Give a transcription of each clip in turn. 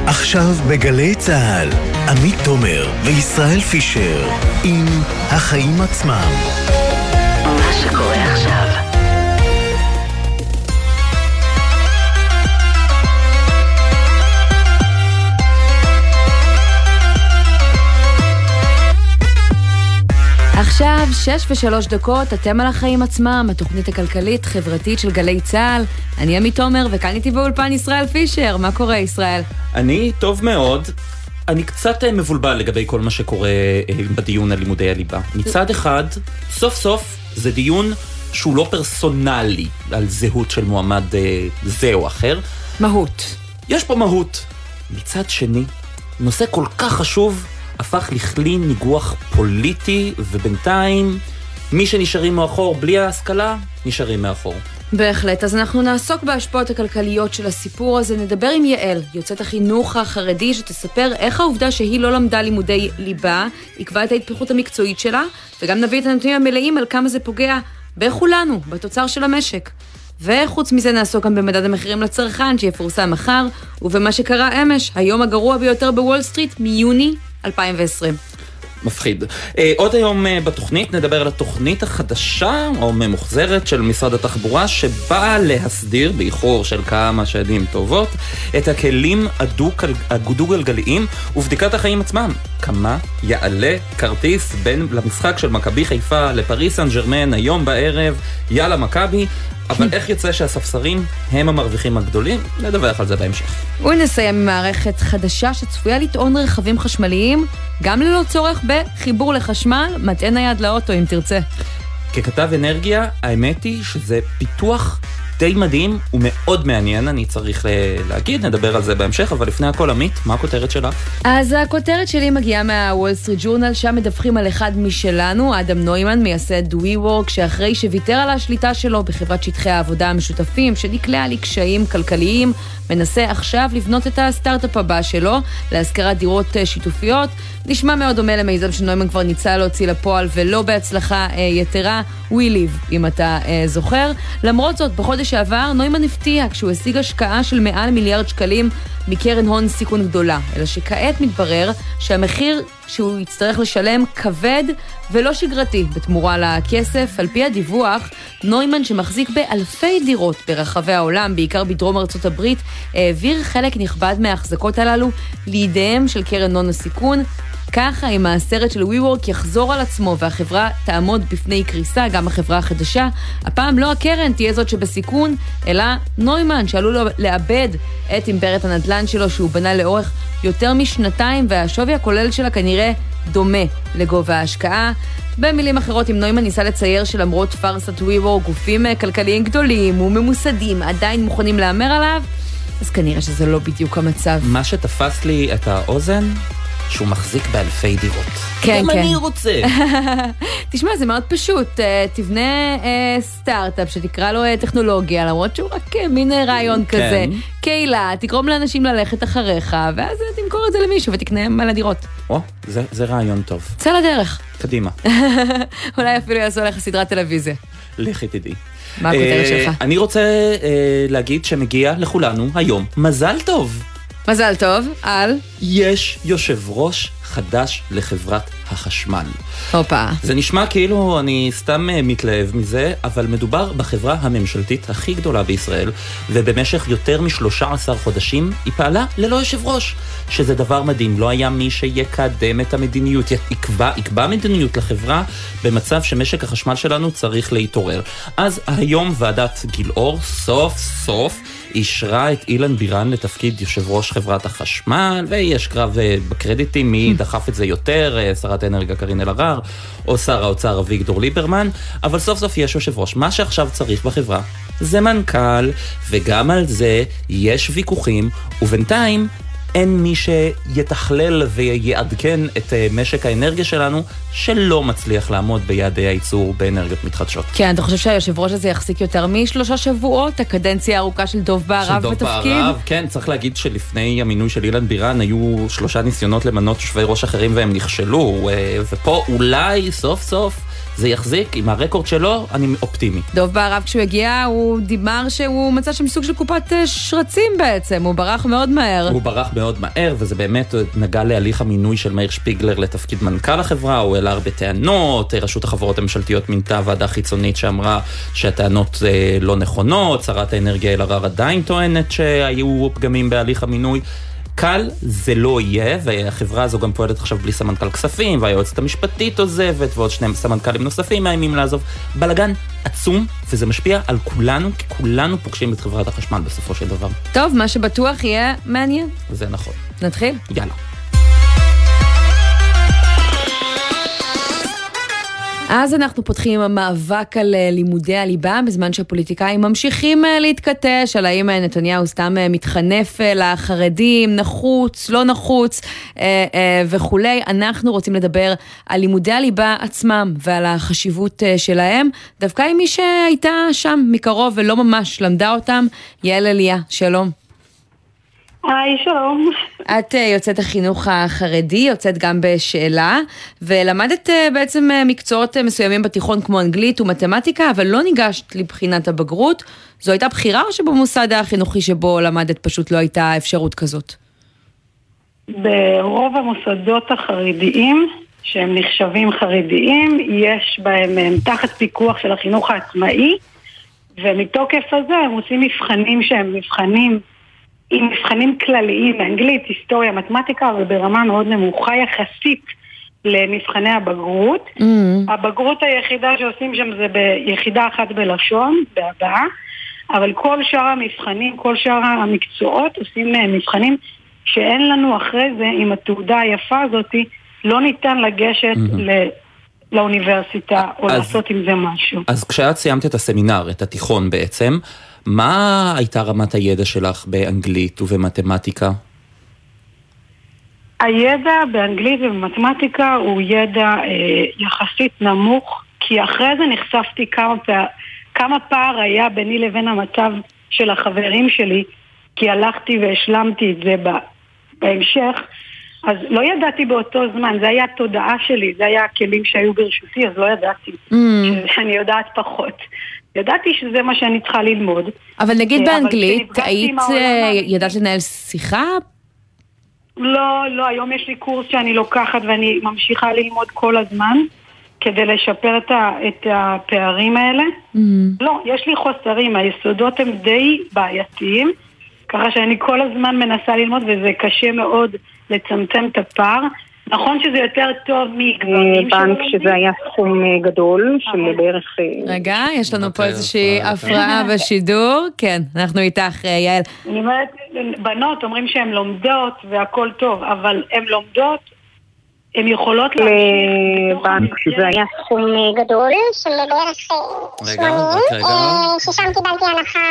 עכשיו בגלי צהל, עמית תומר וישראל פישר עם החיים עצמם. מה שקורה עכשיו. עכשיו 6:03, אתם על החיים עצמם, התוכנית הכלכלית חברתית של גלי צהל. אני עמית תומר וכאן איתי באולפן ישראל פישר. מה קורה ישראל? אני טוב מאוד. אני קצת מבולבל לגבי כל מה שקורה בדיון על לימודי הליבה. מצד אחד, סוף סוף זה דיון שהוא לא פרסונלי על זהות של מועמד זה או אחר. מהות. יש פה מהות. מצד שני, נושא כל כך חשוב הפך לכלי ניגוח פוליטי, ובינתיים מי שנשארים מאחור בלי ההשכלה נשארים מאחור. בהחלט, אז אנחנו נעסוק בהשפעות הכלכליות של הסיפור הזה. נדבר עם יעל, יוצאת החינוך החרדי, שתספר איך העובדה שהיא לא למדה לימודי ליבה עקבה את ההתפתחות המקצועית שלה, וגם נביא את הנתונים המלאים על כמה זה פוגע בכולנו, בתוצר של המשק. וחוץ מזה נעסוק גם במדד המחירים לצרכן שיפורסם מחר, ובמה שקרה אמש, היום הגרוע ביותר בוול סטריט מיוני 2020. מפחיד. עוד היום בתוכנית נדבר על התוכנית החדשה או ממוחזרת של משרד התחבורה, שבאה להסדיר באיחור של כמה שנים טובות את הכלים הדו-גלגליים ובדיקת החיים עצמם. כמה יעלה כרטיס בין למשחק של מכבי חיפה לפריס סן ז'רמן היום בערב? יאללה מכבי. אבל איך יוצא שהספסרים הם המרוויחים הגדולים? נדווח על זה בהמשך. ונסיים עם מערכת חדשה שצפויה לטעון רכבים חשמליים, גם ללא צורך בחיבור לחשמל, מטען היד לאוטו אם תרצה. ככתב אנרגיה, האמת היא שזה פיתוח די מדהים ומאוד מעניין, אני צריך להגיד, נדבר על זה בהמשך, אבל לפני הכל, עמית, מה הכותרת שלך? אז הכותרת שלי מגיעה מהוול סטריט ג'ורנל, שם מדווחים על אחד משלנו, אדם נוימן, מייסד WeWork, שאחרי שוויתר על השליטה שלו בחברת שטחי העבודה המשותפים, שנקלעה לקשיים כלכליים, מנסה עכשיו לבנות את הסטארט-אפ הבא שלו, להשכרת דירות שיתופיות. נשמע מאוד דומה למיזם שנוימן כבר ניסה להוציא לפועל, ולא בהצלחה יתרה, WeLive, אם אתה זוכר. למרות זאת, בחודש שעבר, נוימן הפתיע כשהוא השיג השקעה של מעל מיליארד שקלים מקרן הון סיכון גדולה, אלא שכעת מתברר שהמחיר שהוא יצטרך לשלם כבד ולא שגרתי בתמורה לכסף. על פי הדיווח, נוימן שמחזיק באלפי דירות ברחבי העולם, בעיקר בדרום ארצות הברית, העביר חלק נכבד מההחזקות הללו לידיהם של קרן הון הסיכון. ככה, אם הסרט של WeWork יחזור על עצמו והחברה תעמוד בפני קריסה, גם החברה החדשה, הפעם לא הקרן תהיה זאת שבסיכון, אלא נוימן שעלול לאבד את אימפריית הנדל"ן שלו שהוא בנה לאורך יותר משנתיים, והשווי הכולל שלה כנראה דומה לגובה ההשקעה. במילים אחרות, אם נוימן ניסה לצייר שלמרות פרסת WeWork, גופים כלכליים גדולים וממוסדים עדיין מוכנים לאמר עליו, אז כנראה שזה לא בדיוק המצב. מה שתפס לי את האוזן, שהוא מחזיק באלפי דירות. כן, גם כן. אני רוצה. תשמע, זה מאוד פשוט. תבנה סטארט-אפ שתקרא לו טכנולוגיה, למרות שהוא רק מין רעיון כזה. קהילה, תגרום לאנשים ללכת אחריך, ואז תמכור את זה למישהו ותקנה מלא דירות. זה רעיון טוב. צא לדרך. קדימה. אולי אפילו יעשו לך סדרת טלוויזיה. לכי תדעי. מה הכותרת שלך? אני רוצה להגיד שמגיע לכולנו היום מזל טוב. מזל טוב, על? יש יושב ראש חדש לחברת החשמל. הופה. זה נשמע כאילו אני סתם מתלהב מזה, אבל מדובר בחברה הממשלתית הכי גדולה בישראל, ובמשך יותר מ13 חודשים היא פעלה ללא יושב ראש, שזה דבר מדהים. לא היה מי שיקדם את המדיניות, יקבע מדיניות לחברה במצב שמשק החשמל שלנו צריך להתעורר. אז היום ועדת גילאור סוף סוף אישרה את אילן בירן לתפקיד יושב ראש חברת החשמל, ויש קרב בקרדיטים מי דחף את זה יותר, שרת האנרגיה קארין אלהרר, או שר האוצר אביגדור ליברמן, אבל סוף סוף יש יושב ראש. מה שעכשיו צריך בחברה זה מנכ"ל, וגם על זה יש ויכוחים, ובינתיים אין מי שיתכלל ויעדכן את משק האנרגיה שלנו, שלא מצליח לעמוד ביעדי הייצור באנרגיות מתחדשות. כן, אתה חושב שהיושב ראש הזה יחזיק יותר מ3 שבועות? הקדנציה הארוכה של דוב בערב בתפקיד? כן, צריך להגיד שלפני המינוי של אילן בירן היו 3 ניסיונות למנות יושבי ראש אחרים והם נכשלו, ופה אולי סוף סוף זה יחזיק, עם הרקורד שלו, אני אופטימי. דוב בערב כשהוא הגיע, הוא דיבר שהוא מצא שם סוג של קופת שרצים בעצם, הוא ברח מאוד מהר. הוא ברח מאוד מהר, וזה באמת נגע להליך המינוי של מאיר שפיגלר לתפקיד מנכ"ל החברה, הוא העלה הרבה טענות, רשות החברות הממשלתיות מינתה ועדה חיצונית שאמרה שהטענות לא נכונות, שרת האנרגיה אלהרר עדיין טוענת שהיו פגמים בהליך המינוי. קל זה לא יהיה, והחברה הזו גם פועלת עכשיו בלי סמנכ"ל כספים, והיועצת המשפטית עוזבת, ועוד 2 סמנכ"לים נוספים מאיימים לעזוב. בלגן עצום, וזה משפיע על כולנו, כי כולנו פוגשים את חברת החשמל בסופו של דבר. טוב, מה שבטוח יהיה מעניין. זה נכון. נתחיל? יאללה. אז אנחנו פותחים עם המאבק על לימודי הליבה, בזמן שהפוליטיקאים ממשיכים להתכתש, על האם נתניהו סתם מתחנף לחרדים, נחוץ, לא נחוץ וכולי. אנחנו רוצים לדבר על לימודי הליבה עצמם ועל החשיבות שלהם, דווקא עם מי שהייתה שם מקרוב ולא ממש למדה אותם, יעל אליה, שלום. היי, שלום. את יוצאת החינוך החרדי, יוצאת גם בשאלה, ולמדת בעצם מקצועות מסוימים בתיכון כמו אנגלית ומתמטיקה, אבל לא ניגשת לבחינת הבגרות. זו הייתה בחירה או שבמוסד החינוכי שבו למדת פשוט לא הייתה אפשרות כזאת? ברוב המוסדות החרדיים, שהם נחשבים חרדיים, יש בהם תחת פיקוח של החינוך העצמאי, ומתוקף הזה הם עושים מבחנים שהם מבחנים עם מבחנים כלליים, אנגלית, היסטוריה, מתמטיקה, אבל ברמה מאוד נמוכה יחסית למבחני הבגרות. הבגרות היחידה שעושים שם זה ביחידה אחת בלשון, בהבאה, אבל כל שאר המבחנים, כל שאר המקצועות עושים מבחנים שאין לנו אחרי זה, עם התעודה היפה הזאת, לא ניתן לגשת לאוניברסיטה או לעשות עם זה משהו. אז כשאת סיימת את הסמינר, את התיכון בעצם, מה הייתה רמת הידע שלך באנגלית ובמתמטיקה? הידע באנגלית ובמתמטיקה הוא ידע יחסית נמוך, כי אחרי זה נחשפתי כמה פער היה ביני לבין המצב של החברים שלי, כי הלכתי והשלמתי את זה בהמשך, אז לא ידעתי באותו זמן, זה היה התודעה שלי, זה היה הכלים שהיו ברשותי, אז לא ידעתי שאני יודעת פחות. ידעתי שזה מה שאני צריכה ללמוד. אבל נגיד באנגלית, ידעת לנהל שיחה? לא, היום יש לי קורס שאני לוקחת ואני ממשיכה ללמוד כל הזמן, כדי לשפר את הפערים האלה. לא, יש לי חוסרים, היסודות הם די בעייתיים, ככה שאני כל הזמן מנסה ללמוד, וזה קשה מאוד לצמצם את הפער. נכון שזה יותר טוב מגברים בנק שזה היה סכום גדול של בערך... רגע, יש לנו פה איזושהי הפרעה בשידור. כן, אנחנו איתך, יעל. אני אומרת, בנות אומרים שהן לומדות והכל טוב, אבל הן לומדות, הן יכולות להמשיך... בנק שזה היה סכום גדול של בערך 80, ששם קיבלתי הנחה...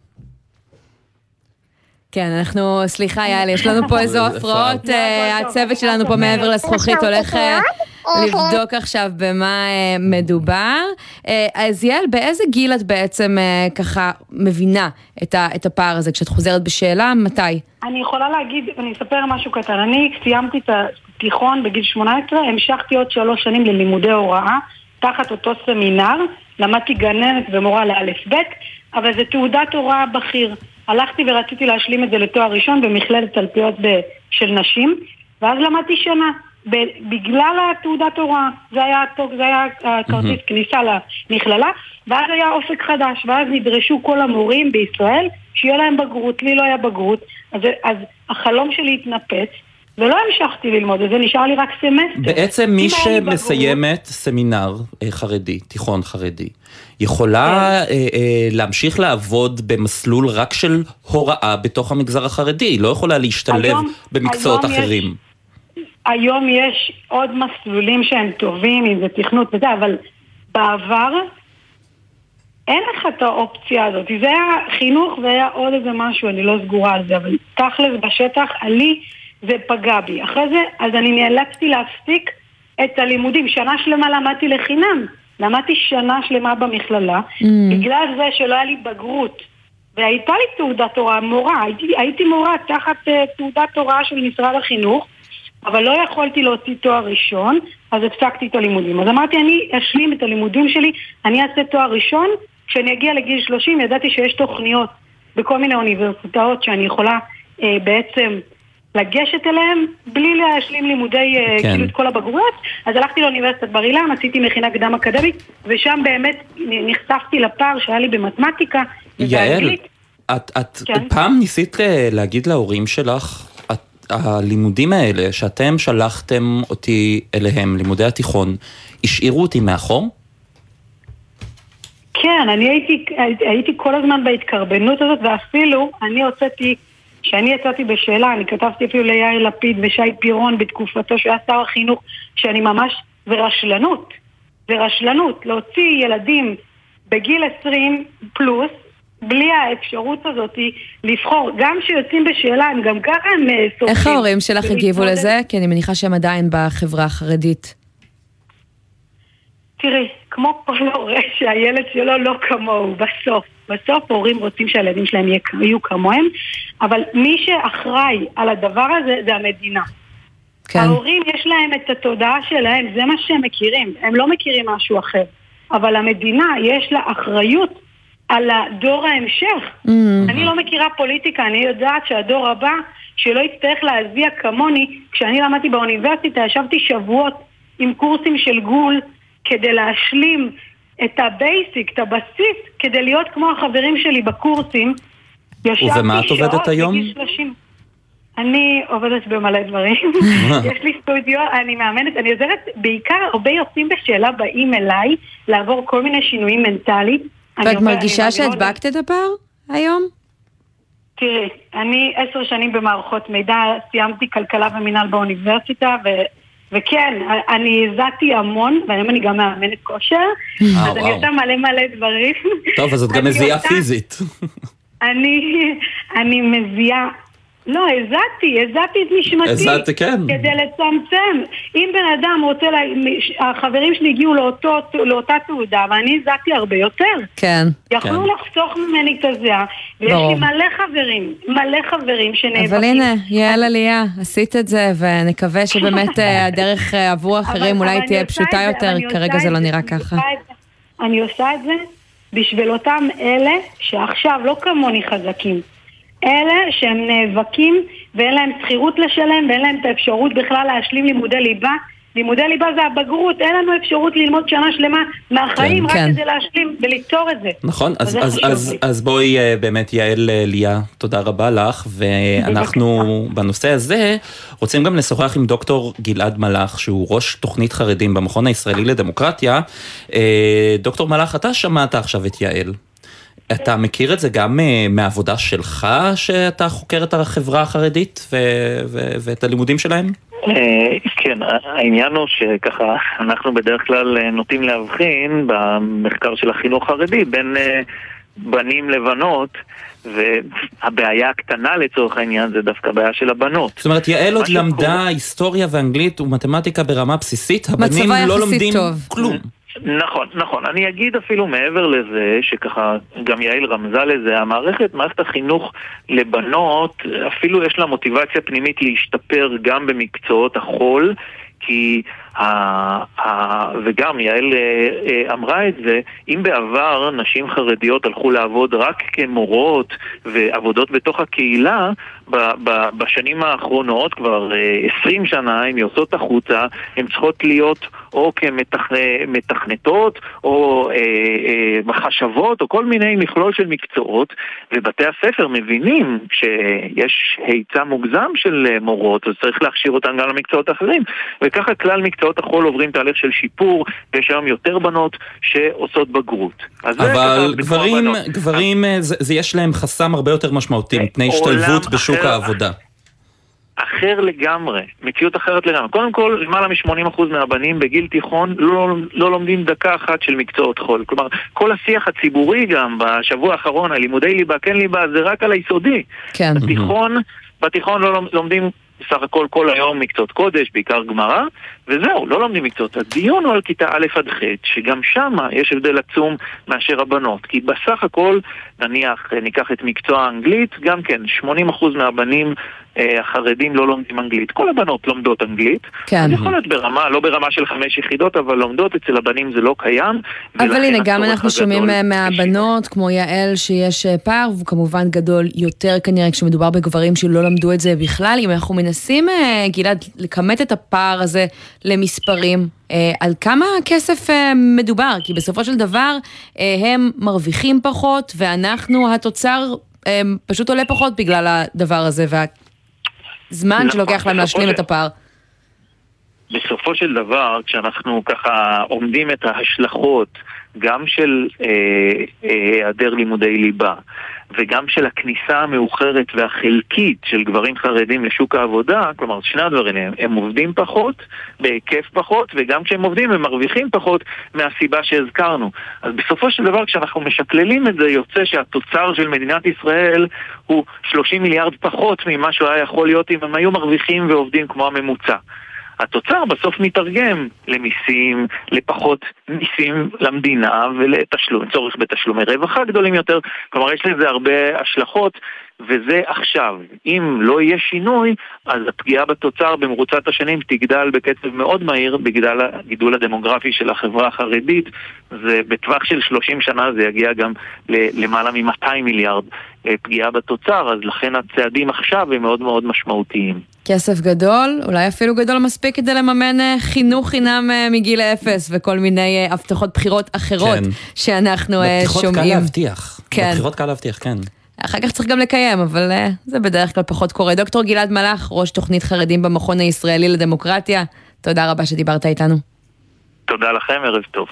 כן, אנחנו, סליחה יעל, יש לנו פה איזו הפרעות, הצוות שלנו פה מעבר לזכוכית הולך לבדוק עכשיו במה מדובר. אז יעל, באיזה גיל את בעצם ככה מבינה את הפער הזה, כשאת חוזרת בשאלה, מתי? אני יכולה להגיד, אני אספר משהו קטן, אני סיימתי את התיכון בגיל 18, המשכתי עוד 3 שנים ללימודי הוראה, תחת אותו סמינר, למדתי גננת ומורה לאלף ב', אבל זה תעודת הוראה בכיר. הלכתי ורציתי להשלים את זה לתואר ראשון במכללת תלפיות של נשים, ואז למדתי שנה, בגלל התעודת הוראה, זה היה כרטיס כניסה למכללה, ואז היה אופק חדש, ואז נדרשו כל המורים בישראל, שיהיה להם בגרות, לי לא היה בגרות, אז החלום שלי התנפץ, ולא המשכתי ללמוד, וזה נשאר לי רק סמסטר. בעצם מי שמסיימת סמינר חרדי, תיכון חרדי, יכולה להמשיך לעבוד במסלול רק של הוראה בתוך המגזר החרדי, לא יכולה להשתלב במקצועות אחרים. היום יש עוד מסלולים שהם טובים, אם זה תכנות וזה, אבל בעבר אין לך את האופציה הזאת. זה היה חינוך והיה עוד איזה משהו, אני לא סגורה על זה, אבל תכלס בשטח עלי זה פגע בי. אחרי זה, אז אני נאלצתי להפסיק את הלימודים. שנה שלמה למדתי לחינם. למדתי שנה שלמה במכללה, בגלל זה שלא היה לי בגרות. והייתה לי תעודת הוראה, מורה. הייתי מורה תחת תעודת הוראה של משרד החינוך, אבל לא יכולתי להוציא תואר ראשון, אז הפסקתי את הלימודים. אז אמרתי, אני אשלים את הלימודים שלי, אני אעשה תואר ראשון, כשאני אגיע לגיל 30, ידעתי שיש תוכניות בכל מיני אוניברסיטאות שאני יכולה בעצם לגשת אליהם, בלי להשלים לימודי, כאילו את כל הבגרויות. אז הלכתי לאוניברסיטת בר אילן, עשיתי מכינה קדם אקדמית, ושם באמת נחשפתי לפער שהיה לי במתמטיקה ובאנגלית. את פעם ניסית להגיד להורים שלך, הלימודים האלה שאתם שלחתם אותי אליהם, לימודי התיכון, השאירו אותי מאחור? כן, אני הייתי כל הזמן בהתקרבנות הזאת, ואפילו כשאני יצאתי בשאלה, אני כתבתי אפילו ליאיר לפיד ושי פירון בתקופתו שהיה שר החינוך, שאני ממש, ורשלנות, להוציא ילדים בגיל 20 פלוס, בלי האפשרות הזאת לבחור, גם שיוצאים בשאלה, הם גם ככה הם סופים. איך ההורים שלך הגיבו לזה? כי אני מניחה שהם עדיין בחברה החרדית. תראי, כמו כל הורה שהילד שלו לא כמוהו, בסוף הורים רוצים שהילדים שלהם יהיו כמוהם, אבל מי שאחראי על הדבר הזה זה המדינה. כן. ההורים יש להם את התודעה שלהם, זה מה שהם מכירים, הם לא מכירים משהו אחר, אבל המדינה יש לה אחריות על הדור ההמשך. אני לא מכירה פוליטיקה, אני יודעת שהדור הבא שלא יצטרך להזיע כמוני, כשאני למדתי באוניברסיטה ישבתי שבועות עם קורסים של גול כדי להשלים את הבייסיק, את הבסיס, כדי להיות כמו החברים שלי בקורסים. ובמה את עובדת היום? אני עובדת במלא דברים. יש לי סטודיו, אני מאמנת, אני עוזרת, בעיקר הרבה יוצאים בשאלה באים אליי לעבור כל מיני שינויים מנטליים. ואת מרגישה שהדבקת את הפער היום? תראי, אני 10 שנים במערכות מידע, סיימתי כלכלה ומינהל באוניברסיטה, וכן, אני הזעתי המון, והיום אני גם מאמנת כושר, אז אני עושה מלא דברים. טוב, אז את גם מזיעה פיזית. אני מזיעה, לא, הזעתי את נשמתי, כן. כדי לצמצם. אם בן אדם רוצה, החברים שלי הגיעו לאותה תעודה, ואני הזעתי הרבה יותר. כן. יכלו לחסוך ממני את הזיעה, ויש לי מלא חברים שנאבקים. אבל הנה, יעל עלייה, עשית את זה, ונקווה שבאמת הדרך עבור אחרים אולי תהיה פשוטה יותר, כרגע זה לא נראה ככה. אני עושה את זה בשביל אותם אלה שעכשיו לא כמוני חזקים. אלה שהם נאבקים ואין להם שכירות לשלם ואין להם את האפשרות בכלל להשלים לימודי ליבה. לימודי ליבה זה הבגרות, אין לנו אפשרות ללמוד שנה שלמה מהחיים, רק כדי להשלים ולפתור את זה. נכון, אז בואי באמת יעל ליה, תודה רבה לך, ואנחנו בנושא הזה רוצים גם לשוחח עם דוקטור גלעד מלאך, שהוא ראש תוכנית חרדים במכון הישראלי לדמוקרטיה. דוקטור מלאך, אתה שמעת עכשיו את יעל. אתה מכיר את זה גם מהעבודה שלך, שאתה חוקר את החברה החרדית ואת הלימודים שלהם? כן, העניין הוא שככה אנחנו בדרך כלל נוטים להבחין במחקר של החינוך חרדי בין בנים לבנות, והבעיה הקטנה לצורך העניין זה דווקא בעיה של הבנות. זאת אומרת, יעל עוד למדה היסטוריה ואנגלית ומתמטיקה ברמה בסיסית, הבנים לא לומדים כלום. נכון. אני אגיד אפילו מעבר לזה, שככה גם יעל רמזה לזה, מערכת החינוך לבנות, אפילו יש לה מוטיבציה פנימית להשתפר גם במקצועות החול, כי וגם יעל אמרה את זה, אם בעבר נשים חרדיות הלכו לעבוד רק כמורות ועבודות בתוך הקהילה, בשנים האחרונות, כבר 20 שנה, הן יוצאות החוצה, הן צריכות להיות או כמתכנתות או מחשבות או כל מיני מכלול של מקצועות, ובתי הספר מבינים שיש היצע מוגזם של מורות, אז צריך להכשיר אותן גם למקצועות אחרים, וככה כלל מקצועות החול עוברים תהליך של שיפור, ויש היום יותר בנות שעושות בגרות. אבל גברים זה יש להם חסם הרבה יותר משמעותי, מפני השתלבות בשוק העבודה. אחר לגמרי, מציאות אחרת לגמרי. קודם כל, למעלה מ-80% מהבנים בגיל תיכון לא לומדים דקה אחת של מקצועות חול. כלומר, כל השיח הציבורי גם בשבוע האחרון, הלימודי ליבה, כן ליבה, זה רק על היסודי. כן. בתיכון לא לומדים בסך הכל כל היום מקצועות קודש, בעיקר גמרא, וזהו, לא לומדים מקצועות. הדיון הוא על כיתה א' עד ח', שגם שם יש הבדל עצום מאשר הבנות, כי בסך הכל, נניח, ניקח את מקצוע האנגלית, גם כן, 80% מהבנים החרדים לא לומדים אנגלית. כל הבנות לומדות אנגלית. כן. זה יכול להיות ברמה, לא ברמה של 5 יחידות, אבל לומדות, אצל הבנים זה לא קיים. אבל הנה, גם אנחנו שומעים מהבנות, כמו יעל, שיש פער, וכמובן גדול יותר כנראה כשמדובר בגברים שלא למדו את זה בכלל. אם אנחנו מנסים, גלעד, לכמת את הפער הזה למספרים, על כמה כסף מדובר? כי בסופו של דבר הם מרוויחים פחות, ואנחנו, התוצר פשוט עולה פחות בגלל הדבר הזה, והזמן שלוקח להם להשלים את הפער. בסופו של דבר, כשאנחנו ככה עומדים את ההשלכות, גם של היעדר לימודי ליבה, וגם של הכניסה המאוחרת והחלקית של גברים חרדים לשוק העבודה, כלומר שני הדברים, הם עובדים פחות, בהיקף פחות, וגם כשהם עובדים הם מרוויחים פחות מהסיבה שהזכרנו. אז בסופו של דבר כשאנחנו משקללים את זה, יוצא שהתוצר של מדינת ישראל הוא 30 מיליארד פחות ממה שהוא היה יכול להיות אם הם היו מרוויחים ועובדים כמו הממוצע. התוצר בסוף מתרגם למיסים, לפחות מיסים למדינה צורך בתשלומי רווחה גדולים יותר. כלומר, יש לזה הרבה השלכות, וזה עכשיו. אם לא יהיה שינוי, אז הפגיעה בתוצר במרוצת השנים תגדל בקצב מאוד מהיר בגלל הגידול הדמוגרפי של החברה החרדית. זה בטווח של 30 שנה זה יגיע גם למעלה מ-200 מיליארד פגיעה בתוצר, אז לכן הצעדים עכשיו הם מאוד מאוד משמעותיים. כסף גדול, אולי אפילו גדול מספיק כדי לממן חינוך חינם מגיל 0 וכל מיני הבטחות בחירות אחרות שאנחנו שומעים. בבחירות קל להבטיח. בבחירות קל להבטיח, כן. אחר כך צריך גם לקיים, אבל זה בדרך כלל פחות קורה. דוקטור גלעד מלאך, ראש תוכנית חרדים במכון הישראלי לדמוקרטיה, תודה רבה שדיברת איתנו. תודה לכם, ערב טוב.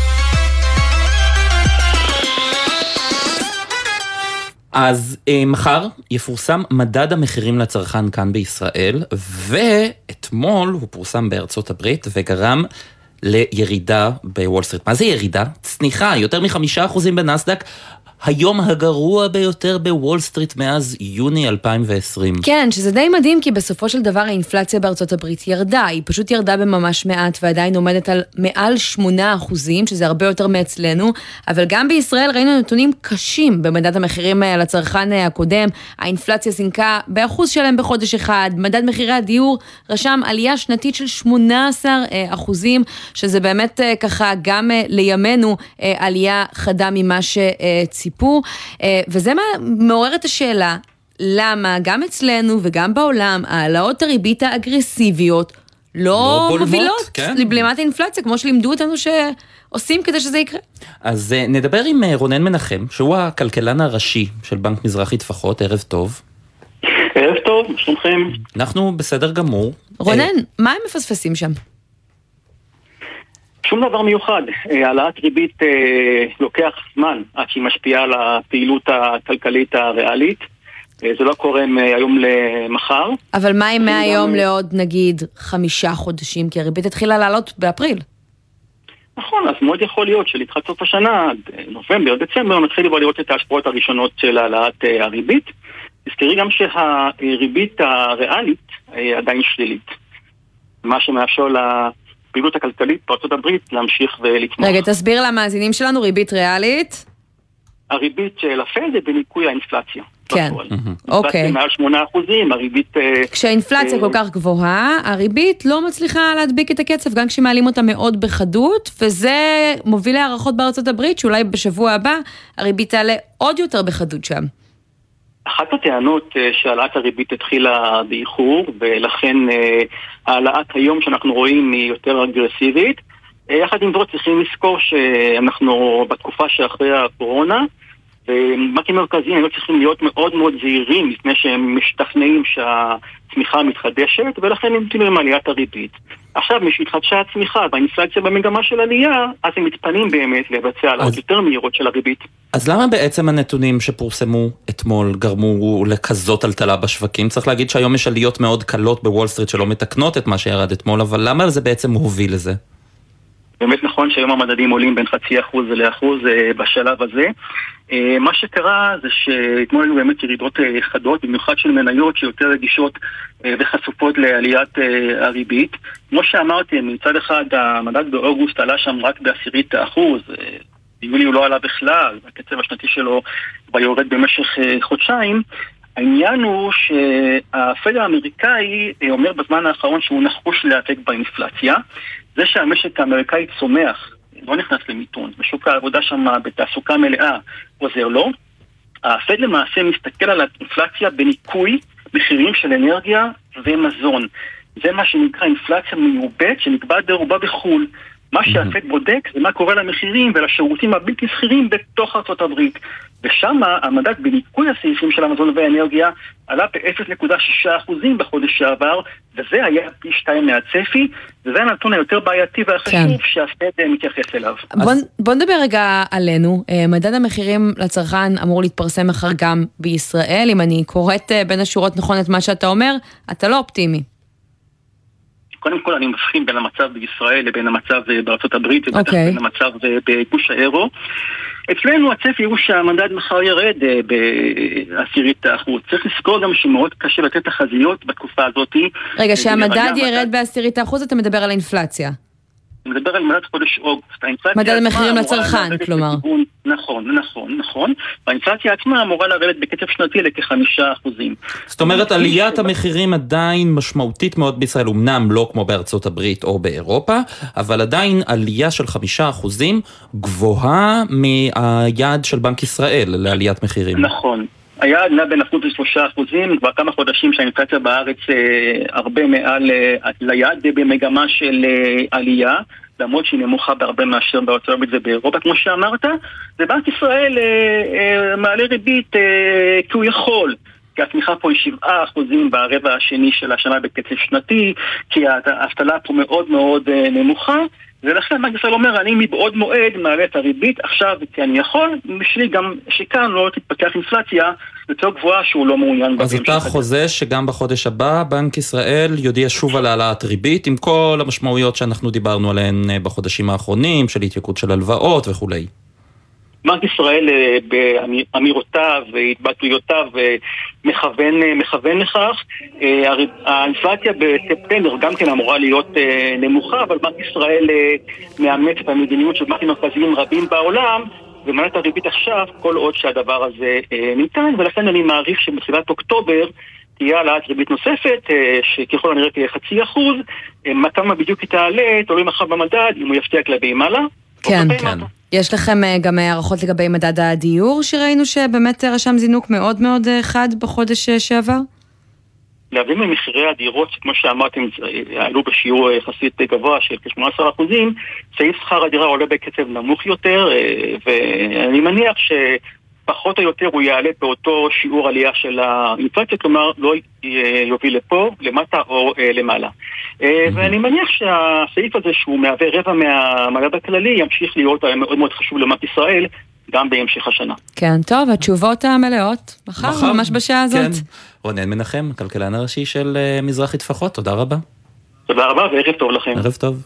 אז מחר יפורסם מדד המחירים לצרכן כאן בישראל, ואתמול הוא פורסם בארצות הברית וגרם לירידה בוול סטריט. מה זה ירידה? צניחה, יותר מ5% בנסדק, היום הגרוע ביותר בוול סטריט מאז יוני 2020. כן, שזה די מדהים, כי בסופו של דבר האינפלציה בארצות הברית ירדה, היא פשוט ירדה בממש מעט, ועדיין עומדת על מעל 8%, שזה הרבה יותר מאצלנו, אבל גם בישראל ראינו נתונים קשים במדד המחירים לצרכן הקודם, האינפלציה זינקה באחוז שלהם בחודש אחד, מדד מחירי הדיור רשם עלייה שנתית של 18%, שזה באמת ככה גם לימינו עלייה חדה ממה שציפו. וזה מעורר את השאלה, למה גם אצלנו וגם בעולם העלאות הריבית האגרסיביות לא מובילות לבלימת האינפלציה, כמו שלימדו אותנו שעושים כדי שזה יקרה. אז נדבר עם רונן מנחם, שהוא הכלכלן הראשי של בנק מזרחי טפחות. ערב טוב. ערב טוב, שלומכם? אנחנו בסדר גמור. רונן, מה הם מפספסים שם? שום דבר מיוחד. העלאת ריבית לוקח זמן עד שהיא משפיעה על הפעילות הכלכלית הריאלית. זה לא קורה מהיום למחר. אבל מה אם מהיום לעוד נגיד 5 חודשים? כי הריבית התחילה לעלות באפריל. נכון, אז מאוד יכול להיות שלקראת סוף השנה, נובמבר, דצמבר, נתחיל כבר לראות את ההשפעות הראשונות של העלאת הריבית. תזכרי גם שהריבית הריאלית עדיין שלילית. מה שמאפשר פעילות הכלכלית בארצות הברית להמשיך ולתמוך. רגע, תסביר למאזינים שלנו, ריבית ריאלית? הריבית של הפד זה בניכוי האינפלציה. כן, אוקיי. מעל 8%, הריבית... כשהאינפלציה כל כך גבוהה, הריבית לא מצליחה להדביק את הקצב, גם כשמעלים אותה מאוד בחדות, וזה מוביל להערכות בארצות הברית, שאולי בשבוע הבא הריבית תעלה עוד יותר בחדות שם. אחת הטענות שהעלאת הריבית התחילה באיחור, ולכן העלאת היום שאנחנו רואים היא יותר אגרסיבית. יחד עם זאת צריכים לזכור שאנחנו בתקופה שאחרי הקורונה, ובנקים מרכזיים היו צריכים להיות מאוד מאוד זהירים לפני שהם משתכנעים שהצמיחה מתחדשת, ולכן הם נותנים עם עליית הריבית. עכשיו, משהתחדשה הצמיחה והאינפלציה במגמה של עלייה, אז הם מתפנים באמת לבצע העלאות יותר מהירות של הריבית. אז למה בעצם הנתונים שפורסמו אתמול גרמו לכזאת טלטלה בשווקים? צריך להגיד שהיום יש עליות מאוד קלות בוול סטריט שלא מתקנות את מה שירד אתמול, אבל למה זה בעצם הוביל לזה? באמת נכון שהיום המדדים עולים בין 0.5% ל1% בשלב הזה. מה שקרה זה שאתמול היו באמת ירידות חדות, במיוחד של מניות שיותר רגישות וחשופות לעליית הריבית. כמו שאמרתי, מצד אחד המדד באוגוסט עלה שם רק ב0.1%, ביולי הוא לא עלה בכלל, הקצב השנתי שלו ביורד במשך חודשיים. העניין הוא שהפד האמריקאי אומר בזמן האחרון שהוא נחוש להיאבק באינפלציה. זה שהמשק האמריקאי צומח, לא נכנס למיתון, בשוק העבודה שם בתעסוקה מלאה עוזר לו. הפד למעשה מסתכל על האינפלציה בניקוי מחירים של אנרגיה ומזון. זה מה שנקרא אינפלציה מיובאת שנקבעת ברובה בחול. מה שהפד בודק זה מה קורה למחירים ולשירותים הבלתי סחירים בתוך ארצות הברית. ושם המדד בניקוי הסעיפים של המזון והאנרגיה עלה ב-0.6% בחודש שעבר, וזה היה פי 2 מהצפי, וזה הנתון היותר בעייתי והחשוב שהפד מתייחס אליו. בוא נדבר רגע עלינו. מדד המחירים לצרכן אמור להתפרסם מחר גם בישראל. אם אני קוראת בין השורות נכון את מה שאתה אומר, אתה לא אופטימי. קודם כל אני מבחין בין המצב בישראל לבין המצב בארצות הברית ובין המצב בגוש האירו. אצלנו הצפי הוא שהמדד מחר ירד ב10%. צריך לזכור גם שמאוד קשה לתת תחזיות בתקופה הזאת. רגע, שהמדד ירד ב10%, אתה מדבר על האינפלציה. אני מדבר על מדד חודש אוגוסט. מדד המחירים לצרכן, כלומר. נכון. והאינפלציה עצמה אמורה לרדת בקצב שנתי לכ5%. זאת אומרת, עליית המחירים עדיין משמעותית מאוד בישראל, אמנם לא כמו בארצות הברית או באירופה, אבל עדיין עלייה של 5% גבוהה מהיעד של בנק ישראל לעליית מחירים. נכון. היעד נע בין 1% ל3%, כבר כמה חודשים שהאינפלציה בארץ הרבה מעל ליעד במגמה של עלייה, למרות שהיא נמוכה בהרבה מאשר בארצות הברית ובאירופה, כמו שאמרת, ובנק ישראל מעלה ריבית כי הוא יכול, כי התמיכה פה היא 7% ברבע השני של השנה בקצב שנתי, כי האבטלה פה מאוד מאוד נמוכה, ולכן בנק ישראל אומר, אני מבעוד מועד מעלה את הריבית עכשיו כי אני יכול, בשביל גם שכאן לא תתפתח אינפלציה יותר גבוהה שהוא לא מעוניין. אז אתה חוזה שגם בחודש הבא בנק ישראל יודיע שוב על העלאת ריבית עם כל המשמעויות שאנחנו דיברנו עליהן בחודשים האחרונים, של התייקרות של הלוואות וכולי. בנק ישראל באמירותיו והתבטאויותיו מכוון לכך. האינפלציה בספטמבר גם כן אמורה להיות נמוכה, אבל בנק ישראל מאמץ את המדיניות של בנקים מרכזיים רבים בעולם ומעלה את הריבית עכשיו כל עוד שהדבר הזה ניתן, ולכן אני מעריך שבתחילת אוקטובר תהיה העלאת ריבית נוספת, שככל הנראה תהיה 0.5%. כמה בדיוק היא תעלה, תלוי מחר במדד, אם הוא יפתיע כלפי מעלה. כן. יש לכם גם הערכות לגבי מדד הדיור, שראינו שבאמת רשם זינוק מאוד מאוד חד בחודש שעבר? להבין ממחירי הדירות, כמו שאמרתם, עלו בשיעור יחסית גבוה של כ-18%, סעיף שכר הדירה עולה בקצב נמוך יותר, ואני מניח שפחות או יותר הוא יעלה באותו שיעור עלייה של האינפלציה, כלומר לא יוביל לפה, למטה או למעלה. ואני מניח שהסעיף הזה שהוא מהווה רבע מהמדד הכללי ימשיך להיות מאוד מאוד חשוב למדינת ישראל גם בהמשך השנה. כן, טוב, התשובות המלאות מחר ממש בשעה הזאת. כן. רונן מנחם, הכלכלן הראשי של מזרחי טפחות, תודה רבה. תודה רבה וערב טוב לכם. ערב טוב.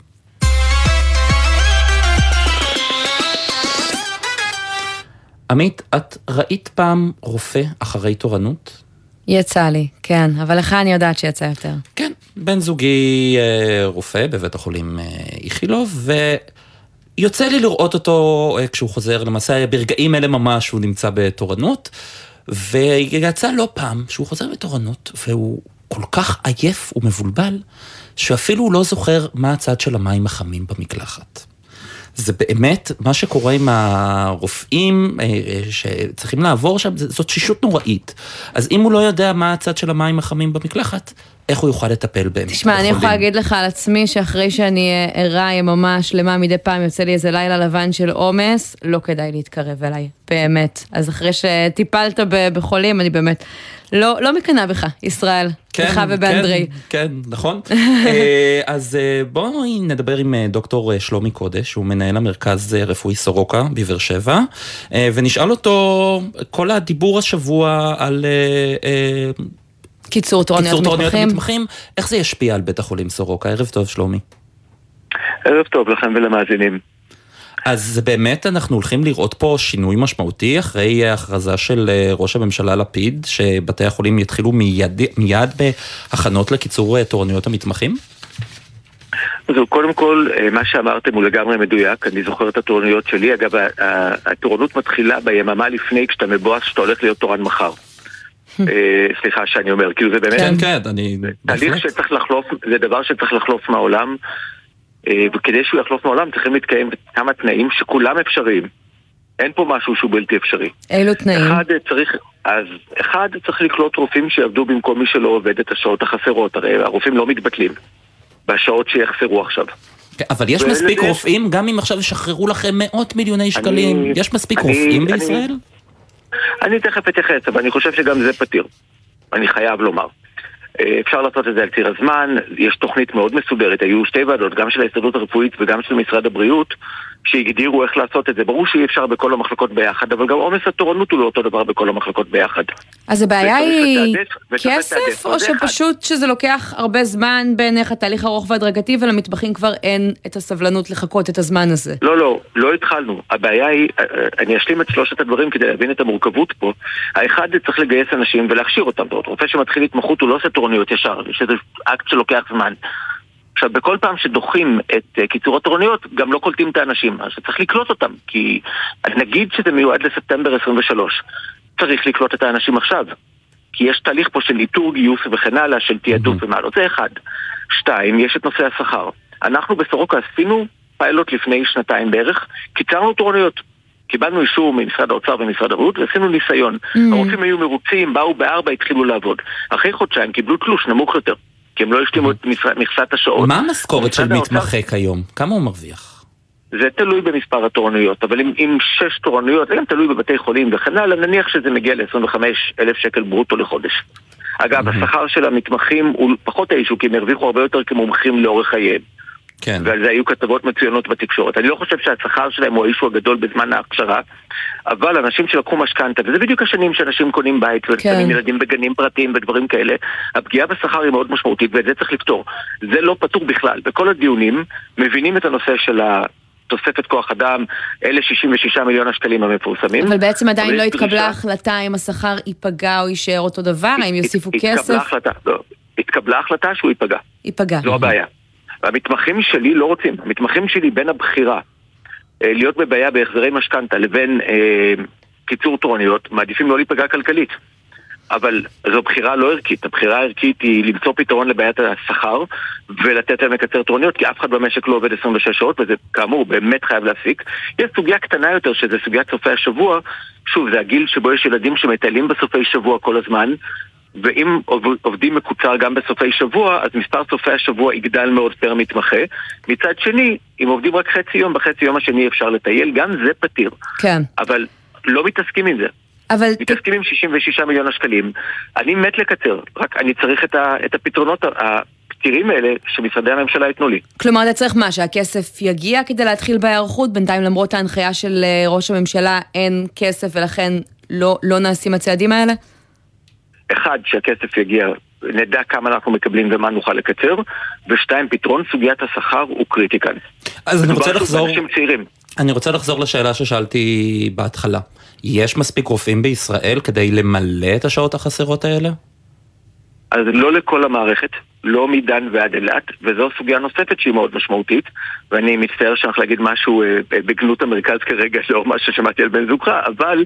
עמית, את ראית פעם רופא אחרי תורנות? יצא לי, כן, אבל לך אני יודעת שיצא יותר. כן, בן זוגי רופא בבית החולים איכילוב, ויוצא לי לראות אותו כשהוא חוזר, למעשה ברגעים אלה ממש הוא נמצא בתורנות, ויצא לא פעם שהוא חוזר בתורנות, והוא כל כך עייף ומבולבל, שאפילו הוא לא זוכר מה הצד של המים החמים במקלחת. זה באמת, מה שקורה עם הרופאים שצריכים לעבור שם, זאת שישות נוראית. אז אם הוא לא יודע מה הצד של המים החמים במקלחת, איך הוא יוכל לטפל בהם? תשמע, אני יכולה להגיד לך על עצמי, שאחרי שאני ערה ממש למה מדי פעם יוצא לי איזה לילה לבן של עומס, לא כדאי להתקרב אליי, באמת. אז אחרי שטיפלת בחולים, אני באמת לא מקנה בך, ישראל. כן, לך ובאנדרי. כן, נכון. אז בואו נדבר עם דוקטור שלומי קודש, הוא מנהל המרכז רפואי סורוקה בבאר שבע, ונשאל אותו כל הדיבור השבוע על קיצור תורנויות המתמחים. איך זה ישפיע על בית החולים סורוקה? ערב טוב, שלומי. ערב טוב לכם ולמאזינים. אז באמת אנחנו הולכים לראות פה שינוי משמעותי אחרי ההכרזה של ראש הממשלה לפיד, שבתי החולים יתחילו מיד בהכנות לקיצור תורנויות המתמחים? אז קודם כל, מה שאמרתם הוא לגמרי מדויק, אני זוכר את התורנויות שלי, אגב, התורנות מתחילה ביממה לפני כשאתה מבואס שאתה הולך להיות תורן מחר. סליחה שאני אומר, כאילו זה באמת... כן, אני... תהליך שצריך לחלוף, זה דבר שצריך לחלוף מהעולם, וכדי שהוא יחלוף מהעולם צריכים להתקיים כמה תנאים שכולם אפשריים. אין פה משהו שהוא בלתי אפשרי. אילו תנאים? אחד צריך לקלוט רופאים שיעבדו במקום מי שלא עובד את השעות החסרות, הרי הרופאים לא מתבטלים בשעות שיחסרו עכשיו. אבל יש מספיק רופאים, גם אם עכשיו ישחררו לכם מאות מיליוני שקלים, יש מספיק רופאים בישראל? אני תכף אתייחס, אבל אני חושב שגם זה פתיר. אני חייב לומר. אפשר לעשות את זה על ציר הזמן, יש תוכנית מאוד מסודרת, היו שתי ועדות, גם של ההסתדרות הרפואית וגם של משרד הבריאות, שהגדירו איך לעשות את זה. ברור שאי אפשר בכל המחלקות ביחד, אבל גם עומס התורנות הוא לא אותו דבר בכל המחלקות ביחד. אז הבעיה היא כסף, או שפשוט שזה לוקח הרבה זמן בעיניך התהליך ארוך והדרגתי, ולמטבחים כבר אין את הסבלנות לחכות את הזמן הזה? לא התחלנו. הבעיה היא, אני אשלים את שלושת הדברים כדי להבין את המורכבות פה. האחד, צריך לגייס אנשים ולהכשיר אותם. רופא שמתחיל התמחות הוא לא עושה תורנויות ישר, שזה אקט שלוקח זמן. עכשיו, בכל פעם שדוחים את קיצור התורנויות, גם לא קולטים את האנשים. אז צריך לקלוט אותם, כי נגיד שזה מיועד לספטמבר 23. צריך לקלוט את האנשים עכשיו. כי יש תהליך פה של איתור גיוס וכן הלאה, של תיעדוף ומעלות. זה אחד. 2, יש את נושא השכר. אנחנו בסורוקה עשינו פיילוט לפני 2 בערך, קיצרנו תורנויות. קיבלנו אישור ממשרד האוצר ומשרד הבריאות, ועשינו ניסיון. הרופאים היו מרוצים, באו ב4, התחילו לעבוד. אחרי חודשיים קיבלו תלוש נמוך יותר. כי הם לא השלימו את מכסת השעות. מה המשכורת של מתמחה כיום? כמה הוא מרוויח? זה תלוי במספר התורנויות, אבל עם 6 תורנויות, זה גם תלוי בבתי חולים וכן הלאה, נניח שזה מגיע ל-25,000 שקל ברוטו לחודש. אגב, השכר של המתמחים הוא פחות האישו, כי הם הרוויחו הרבה יותר כמומחים לאורך חייהם. כן. ועל זה היו כתבות מצוינות בתקשורת. אני לא חושב שהשכר שלהם הוא האישו הגדול בזמן ההכשרה, אבל אנשים שלקחו משכנתה, וזה בדיוק השנים שאנשים קונים בית ושמים ילדים בגנים פרטיים ודברים כאלה, הפגיעה בשכר היא מאוד משמעותית, ואת זה צריך לפתור. זה לא פתור בכלל. בכל הדיונים מבינים את הנושא של תוספת כוח אדם, אלה 66 מיליון השקלים המפורסמים. אבל בעצם עדיין לא התקבלה החלטה אם השכר ייפגע או יישאר אותו דבר, אם יוסיפו כסף? התקבלה החלטה שהוא ייפגע. ייפגע. זו הבעיה. והמתמחים שלי לא רוצים. המתמחים שלי בין הבחירה להיות בבעיה בהחזרי משכנתה לבין קיצור תורנויות, מעדיפים לא להיפגע כלכלית. אבל זו בחירה לא ערכית. הבחירה הערכית היא למצוא פתרון לבעיית השכר ולתת להם לקצר תורנויות, כי אף אחד במשק לא עובד 26 שעות, וזה כאמור באמת חייב להפסיק. יש סוגיה קטנה יותר, שזה סוגיית סופי השבוע. שוב, זה הגיל שבו יש ילדים שמטיילים בסופי שבוע כל הזמן, ואם עובדים מקוצר גם בסופי שבוע, אז מספר סופי השבוע יגדל מאוד פר מתמחה. מצד שני, אם עובדים רק חצי יום, בחצי יום השני אפשר לטייל, גם זה פתיר. כן. אבל לא מתעסקים עם זה. מתעסקים עם 66 מיליון השקלים. אני מת לקצר, רק אני צריך את הפתרונות הפתירים האלה שמשרדי הממשלה יתנו לי. כלומר, אתה צריך מה? שהכסף יגיע כדי להתחיל בהיערכות, בינתיים למרות ההנחיה של ראש הממשלה אין כסף ולכן לא נעשים הצעדים האלה? אחד, שהכסף יגיע, נדע כמה אנחנו מקבלים ומה נוכל לקצר, ושתיים, פתרון סוגיית השכר הוא קריטי כאן. אז אני רוצה לחזור לשאלה ששאלתי בהתחלה. יש מספיק רופאים בישראל כדי למלא את השעות החסרות האלה? אז לא לכל המערכת, לא מדן ועד אילת, וזו סוגיה נוספת שהיא מאוד משמעותית, ואני מצטער שאני להגיד משהו בגנות המרכז כרגע, לא מה ששמעתי על בן זוגך, אבל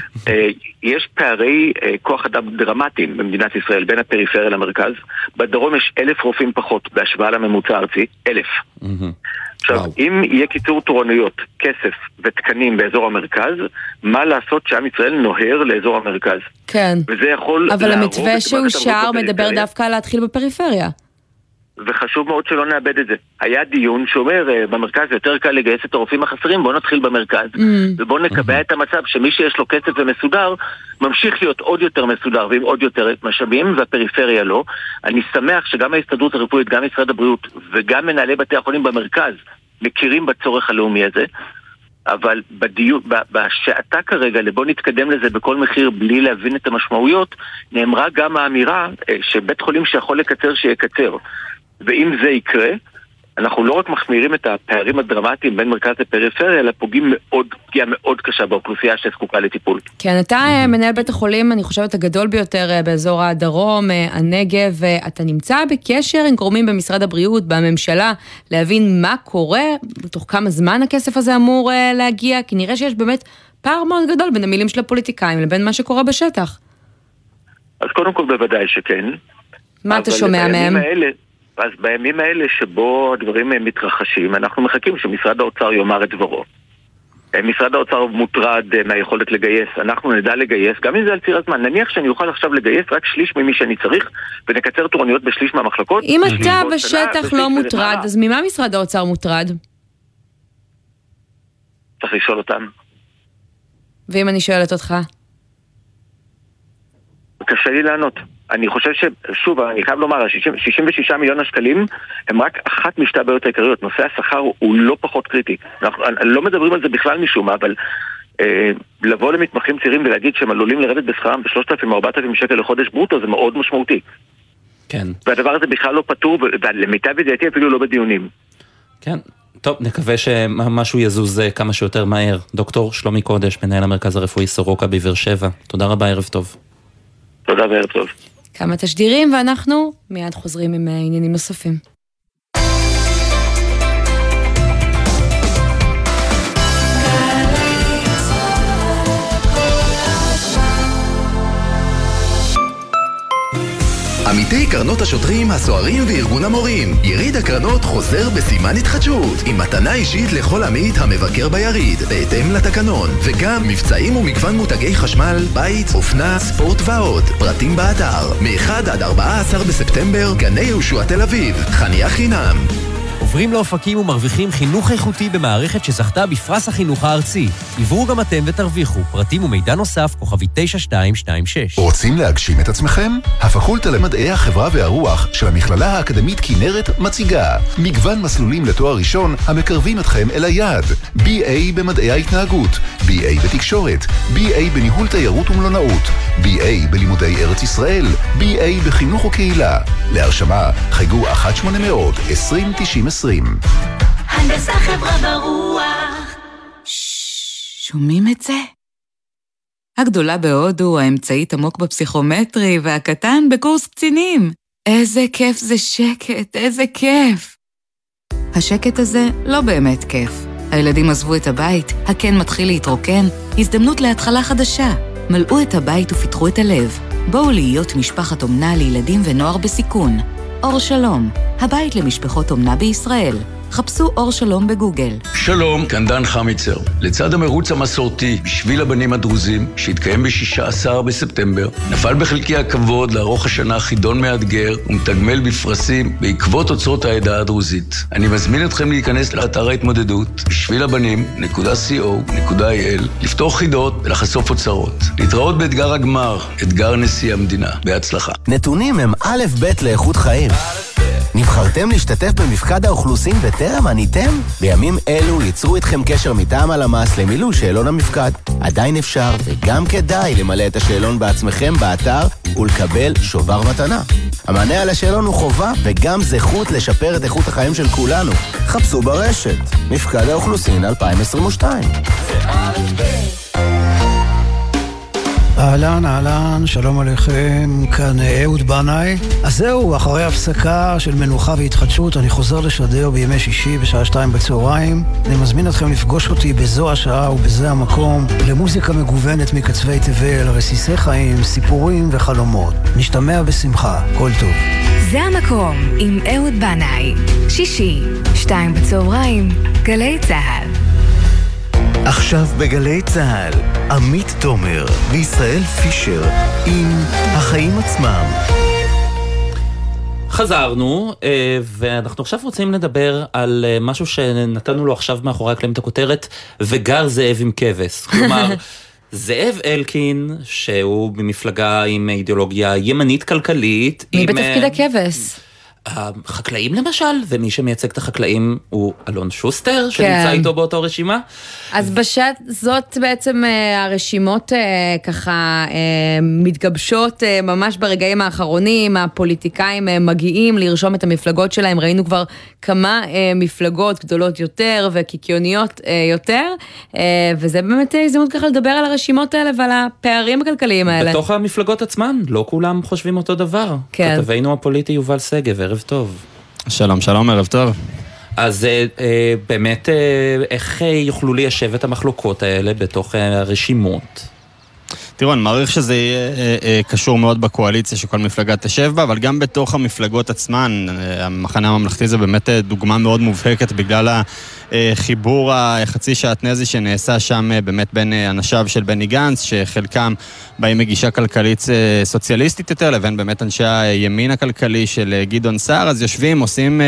יש פערי כוח אדם דרמטיים במדינת ישראל, בין הפריפריה למרכז. בדרום יש 1,000 רופאים פחות בהשוואה לממוצע הארצי, 1,000. עכשיו, אם יהיה קיצור תורנויות, כסף ותקנים באזור המרכז, מה לעשות שעם ישראל נוהר לאזור המרכז? כן. וזה יכול אבל המתווה שאושר מדבר דווקא על להתחיל בפריפריה. וחשוב מאוד שלא נאבד את זה. היה דיון שאומר, במרכז יותר קל לגייס את הרופאים החסרים, בואו נתחיל במרכז, ובואו נקבע את המצב שמי שיש לו כסף ומסודר, ממשיך להיות עוד יותר מסודר ועם עוד יותר משאבים, והפריפריה לא. אני שמח שגם ההסתדרות הרפואית, גם משרד הבריאות, וגם מנהלי בתי החולים במרכז, מכירים בצורך הלאומי הזה, אבל בשעתה כרגע, לבוא נתקדם לזה בכל מחיר בלי להבין את המשמעויות, נאמרה גם האמירה שבית חולים שיכול לקצר שיקצר. ואם זה יקרה, אנחנו לא רק מחמירים את הפערים הדרמטיים בין מרכז לפריפריה, אלא פוגעים פגיעה מאוד קשה באוכלוסייה שזקוקה לטיפול. כן, אתה מנהל בית החולים, אני חושבת, הגדול ביותר באזור הדרום, הנגב, ואתה נמצא בקשר עם גורמים במשרד הבריאות, בממשלה, להבין מה קורה, בתוך כמה זמן הכסף הזה אמור להגיע, כי נראה שיש באמת פער מאוד גדול בין המילים של הפוליטיקאים לבין מה שקורה בשטח. אז קודם כל בוודאי שכן. מה אתה שומע מהם? אז בימים האלה שבו הדברים מתרחשים, אנחנו מחכים שמשרד האוצר יאמר את דברו. משרד האוצר מוטרד מהיכולת לגייס, אנחנו נדע לגייס, גם אם זה על ציר הזמן. נניח שאני אוכל עכשיו לגייס רק שליש ממי שאני צריך, ונקצר תורניות בשליש מהמחלקות. אם אתה בשטח לא מוטרד, אז ממה משרד האוצר מוטרד? צריך לשאול אותם. ואם אני שואלת אותך? קשה לי לענות. אני חושב ששוב, אני חייב לומר, 66 מיליון השקלים הם רק אחת משתי הבעיות העיקריות. נושא השכר הוא לא פחות קריטי. אנחנו לא מדברים על זה בכלל משום מה, אבל לבוא למתמחים צעירים ולהגיד שהם עלולים לרדת בשכרם ב3,000 או 4,000 שקל לחודש ברוטו, זה מאוד משמעותי. כן. והדבר הזה בכלל לא פתור, ולמיטב ידיעתי אפילו לא בדיונים. כן. טוב, נקווה שמשהו יזוז כמה שיותר מהר. דוקטור שלומי קודש, מנהל המרכז הרפואי סורוקה בבאר שבע. תודה רבה, ערב טוב. תודה וערב טוב. כמה תשדירים, ואנחנו מיד חוזרים עם עניינים נוספים. עמיתי קרנות השוטרים, הסוהרים וארגון המורים. יריד הקרנות חוזר בסימן התחדשות, עם מתנה אישית לכל עמית המבקר ביריד, בהתאם לתקנון, וגם מבצעים ומגוון מותגי חשמל, בית, אופנה, ספורט ועוד. פרטים באתר, מ-1 עד 14 בספטמבר, גני יהושע תל אביב, חניה חינם. עוברים לאופקים ומרוויחים חינוך איכותי במערכת שזכתה בפרס החינוך הארצי. עברו גם אתם ותרוויחו. פרטים ומידע נוסף, כוכבי 9226. רוצים להגשים את עצמכם? הפקולטה למדעי החברה והרוח של המכללה האקדמית כנרת מציגה מגוון מסלולים לתואר ראשון המקרבים אתכם אל היעד. BA במדעי ההתנהגות, BA בתקשורת, BA בניהול תיירות ומלונאות, BA בלימודי ארץ ישראל, BA בחינוך וקהילה. להרשמה חייגו 1-800-20-90-20. הנדסה חברה ורוח. שומעים את זה? הגדולה בהודו, האמצעית עמוק בפסיכומטרי, והקטן בקורס קצינים. איזה כיף זה שקט, איזה כיף. השקט הזה לא באמת כיף. הילדים עזבו את הבית, הקן מתחיל להתרוקן, הזדמנות להתחלה חדשה. מלאו את הבית ופיתחו את הלב. בואו להיות משפחת אומנה לילדים ונוער בסיכון. אור שלום, הבית למשפחות אומנה בישראל. חפשו אור שלום בגוגל. שלום, כאן דן חמיצר. לצד המרוץ המסורתי בשביל הבנים הדרוזים, שהתקיים ב-16 בספטמבר, נפל בחלקי הכבוד לערוך השנה חידון מאתגר ומתגמל בפרסים בעקבות אוצרות העדה הדרוזית. אני מזמין אתכם להיכנס לאתר ההתמודדות בשבילהבנים.co.il, לפתור חידות ולחשוף אוצרות. להתראות באתגר הגמר, אתגר נשיא המדינה. בהצלחה. נתונים הם א' ב' לאיכות חיים. נבחרתם להשתתף במפקד האוכלוסין בטרם עניתם? בימים אלו ייצרו איתכם קשר מטעם הלמ"ס למילוי שאלון המפקד. עדיין אפשר וגם כדאי למלא את השאלון בעצמכם באתר ולקבל שובר מתנה. המענה על השאלון הוא חובה וגם זכות לשפר את איכות החיים של כולנו. חפשו ברשת. מפקד האוכלוסין 2022. אהלן, אהלן, שלום עליכם, כאן אהוד בנאי. אז זהו, אחרי הפסקה של מנוחה והתחדשות, אני חוזר לשדר בימי שישי בשעה 2 בצהריים. אני מזמין אתכם לפגוש אותי בזו השעה ובזה המקום, למוזיקה מגוונת מקצווי תבל, רסיסי חיים, סיפורים וחלומות. נשתמע בשמחה, כל טוב. זה המקום עם אהוד בנאי, שישי, 2 בצהריים, גלי צהל. עכשיו בגלי צהל, עמית תומר וישראל פישר עם החיים עצמם. חזרנו, ואנחנו עכשיו רוצים לדבר על משהו שנתנו לו עכשיו מאחורי הקלעים את הכותרת, וגר זאב עם כבש. כלומר, זאב אלקין, שהוא במפלגה עם אידיאולוגיה ימנית כלכלית. מי בתפקיד הכבש? החקלאים למשל, ומי שמייצג את החקלאים הוא אלון שוסטר, שנמצא איתו באותו רשימה. אז זאת בעצם הרשימות ככה מתגבשות ממש ברגעים האחרונים, הפוליטיקאים מגיעים לרשום את המפלגות שלהם, ראינו כבר כמה מפלגות גדולות יותר וקיקיוניות יותר, וזה באמת הזדמנות ככה לדבר על הרשימות האלה ועל הפערים הכלכליים האלה. בתוך המפלגות עצמן, לא כולם חושבים אותו דבר. כתבנו הפוליטי יובל סגב, ערב טוב. שלום, שלום, ערב טוב. אז באמת, איך יוכלו ליישב את המחלוקות האלה בתוך הרשימות? תראו, אני מעריך שזה יהיה קשור מאוד בקואליציה שכל מפלגה תשב בה, אבל גם בתוך המפלגות עצמן, המחנה הממלכתי זה באמת דוגמה מאוד מובהקת בגלל החיבור החצי שעטנזי שנעשה שם באמת בין אנשיו של בני גנץ, שחלקם באים מגישה כלכלית סוציאליסטית יותר, לבין באמת אנשי הימין הכלכלי של גדעון סער, אז יושבים, עושים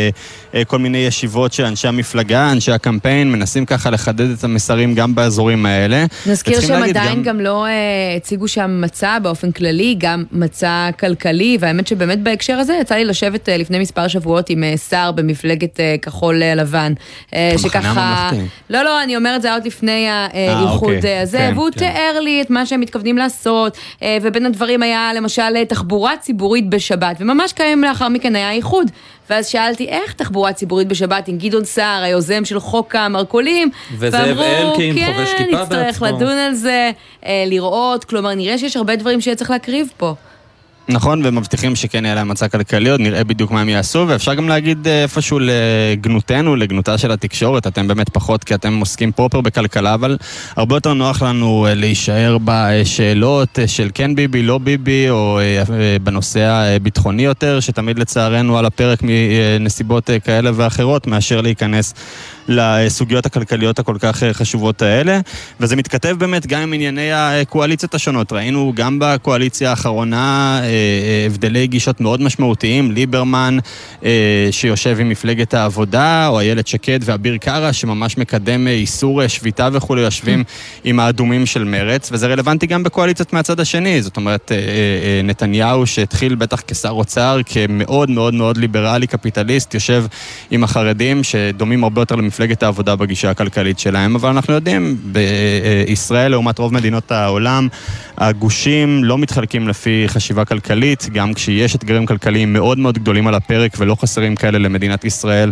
כל מיני ישיבות של אנשי המפלגה, אנשי הקמפיין, מנסים ככה לחדד את המסרים גם באזורים האלה. נזכיר שהם עדיין גם לא הציגו שם מצע באופן כללי, גם מצע כלכלי, והאמת שבאמת בהקשר הזה יצא לי לשבת לפני מספר שבועות עם שר במפלגת כחול לבן, שככה... לא, אני אומרת זה עוד לפני האיחוד הזה, והוא תיאר לי את מה שהם מתכוונים לעשות, ובין הדברים היה למשל תחבורה ציבורית בשבת, וממש קיים לאחר מכן היה איחוד, ואז שאלתי איך תחבורה ציבורית בשבת עם גדעון סער, היוזם של חוק המרכולים, ואמרו, כן, נצטרך לדון על זה, לראות, כלומר נראה שיש הרבה דברים שצריך להקריב פה. נכון, ומבטיחים שכן יהיה להם מצע כלכלי, עוד נראה בדיוק מה הם יעשו, ואפשר גם להגיד איפשהו לגנותנו, לגנותה של התקשורת, אתם באמת פחות, כי אתם עוסקים פרופר בכלכלה, אבל הרבה יותר נוח לנו להישאר בשאלות של כן ביבי, לא ביבי, או בנושא הביטחוני יותר, שתמיד לצערנו על הפרק מנסיבות כאלה ואחרות, מאשר להיכנס לסוגיות הכלכליות הכל כך חשובות האלה, וזה מתכתב באמת גם עם ענייני הקואליציות השונות. ראינו גם בקואליציה האחרונה הבדלי גישות מאוד משמעותיים, ליברמן שיושב עם מפלגת העבודה, או איילת שקד ואביר קארה שממש מקדם איסור שביתה וכו', יושבים עם האדומים של מרץ, וזה רלוונטי גם בקואליציות מהצד השני. זאת אומרת, נתניהו שהתחיל בטח כשר אוצר, כמאוד מאוד מאוד ליברלי קפיטליסט, יושב עם החרדים שדומים הרבה יותר למפלגת העבודה בגישה הכלכלית שלהם, אבל אנחנו יודעים, בישראל לעומת רוב מדינות העולם, הגושים לא מתחלקים לפי חשיבה כלכלית, גם כשיש אתגרים כלכליים מאוד מאוד גדולים על הפרק, ולא חסרים כאלה למדינת ישראל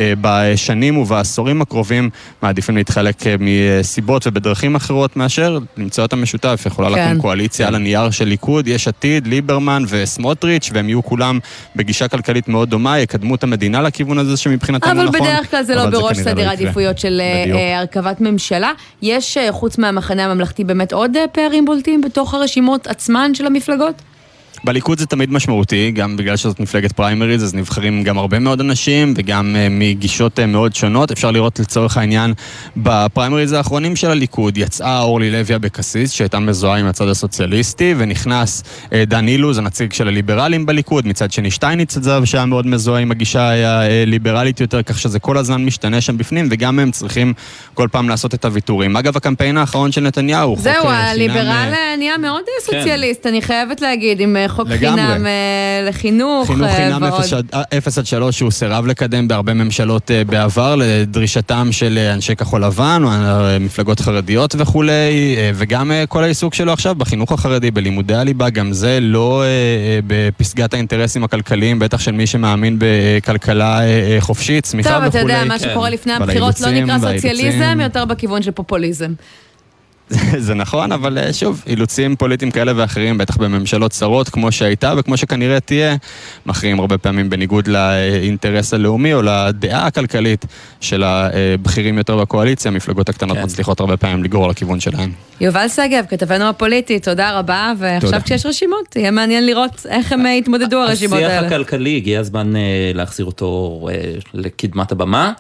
בשנים ובעשורים הקרובים, מעדיפים להתחלק מסיבות ובדרכים אחרות מאשר למצוא את המשותף. יכולה לקום קואליציה על הנייר של ליכוד, יש עתיד, ליברמן וסמוטריץ', והם יהיו כולם בגישה כלכלית מאוד דומה, יקדמו את המדינה לכיוון הזה שמבחינתם הוא נכון. אבל בדרך כלל זה לא בראש סדר העדיפויות של הרכבת ממשלה. יש חוץ מהמחנה הממלכתי באמת עוד פערים בולטים בתוך הרשימות עצמן של המפלגות? בליכוד זה תמיד משמעותי, גם בגלל שזאת מפלגת פריימריז, אז נבחרים גם הרבה מאוד אנשים, וגם מגישות מאוד שונות. אפשר לראות לצורך העניין, בפריימריז האחרונים של הליכוד, יצאה אורלי לוי אבקסיס, שהייתה מזוהה עם הצד הסוציאליסטי, ונכנס דן אילוז, הנציג של הליברלים בליכוד, מצד שני שטייניץ הזו, שהיה מאוד מזוהה עם הגישה הליברלית יותר, כך שזה כל הזמן משתנה שם בפנים, וגם הם צריכים כל פעם לעשות את הוויתורים. אגב, הקמפיין האחרון של נתניהו, זהו, הליברל נהיה מאוד סוציאליסט, אני חייבת להגיד, עם חוק חינם לחינוך. חינוך חינם 0-3 שהוא סירב לקדם בהרבה ממשלות בעבר, לדרישתם של אנשי כחול לבן, או מפלגות חרדיות וכו', וגם כל העיסוק שלו עכשיו בחינוך החרדי, בלימודי הליבה, גם זה לא בפסגת האינטרסים הכלכליים, בטח של מי שמאמין בכלכלה חופשית, צמיחה וכו'. טוב, אתה יודע, מה שקורה לפני הבחירות לא נקרא סוציאליזם, יותר בכיוון של פופוליזם. זה נכון, אבל שוב, אילוצים פוליטיים כאלה ואחרים, בטח בממשלות צרות, כמו שהייתה וכמו שכנראה תהיה, מכריעים הרבה פעמים בניגוד לאינטרס הלאומי או לדעה הכלכלית של הבכירים יותר בקואליציה, המפלגות הקטנות מצליחות הרבה פעמים לגרור לכיוון שלהם. יובל סגב, כתבנו הפוליטי, תודה רבה, ועכשיו כשיש רשימות, יהיה מעניין לראות איך הם יתמודדו הרשימות האלה. השיח הכלכלי, הגיע הזמן להחזיר אותו לקדמת הבמה,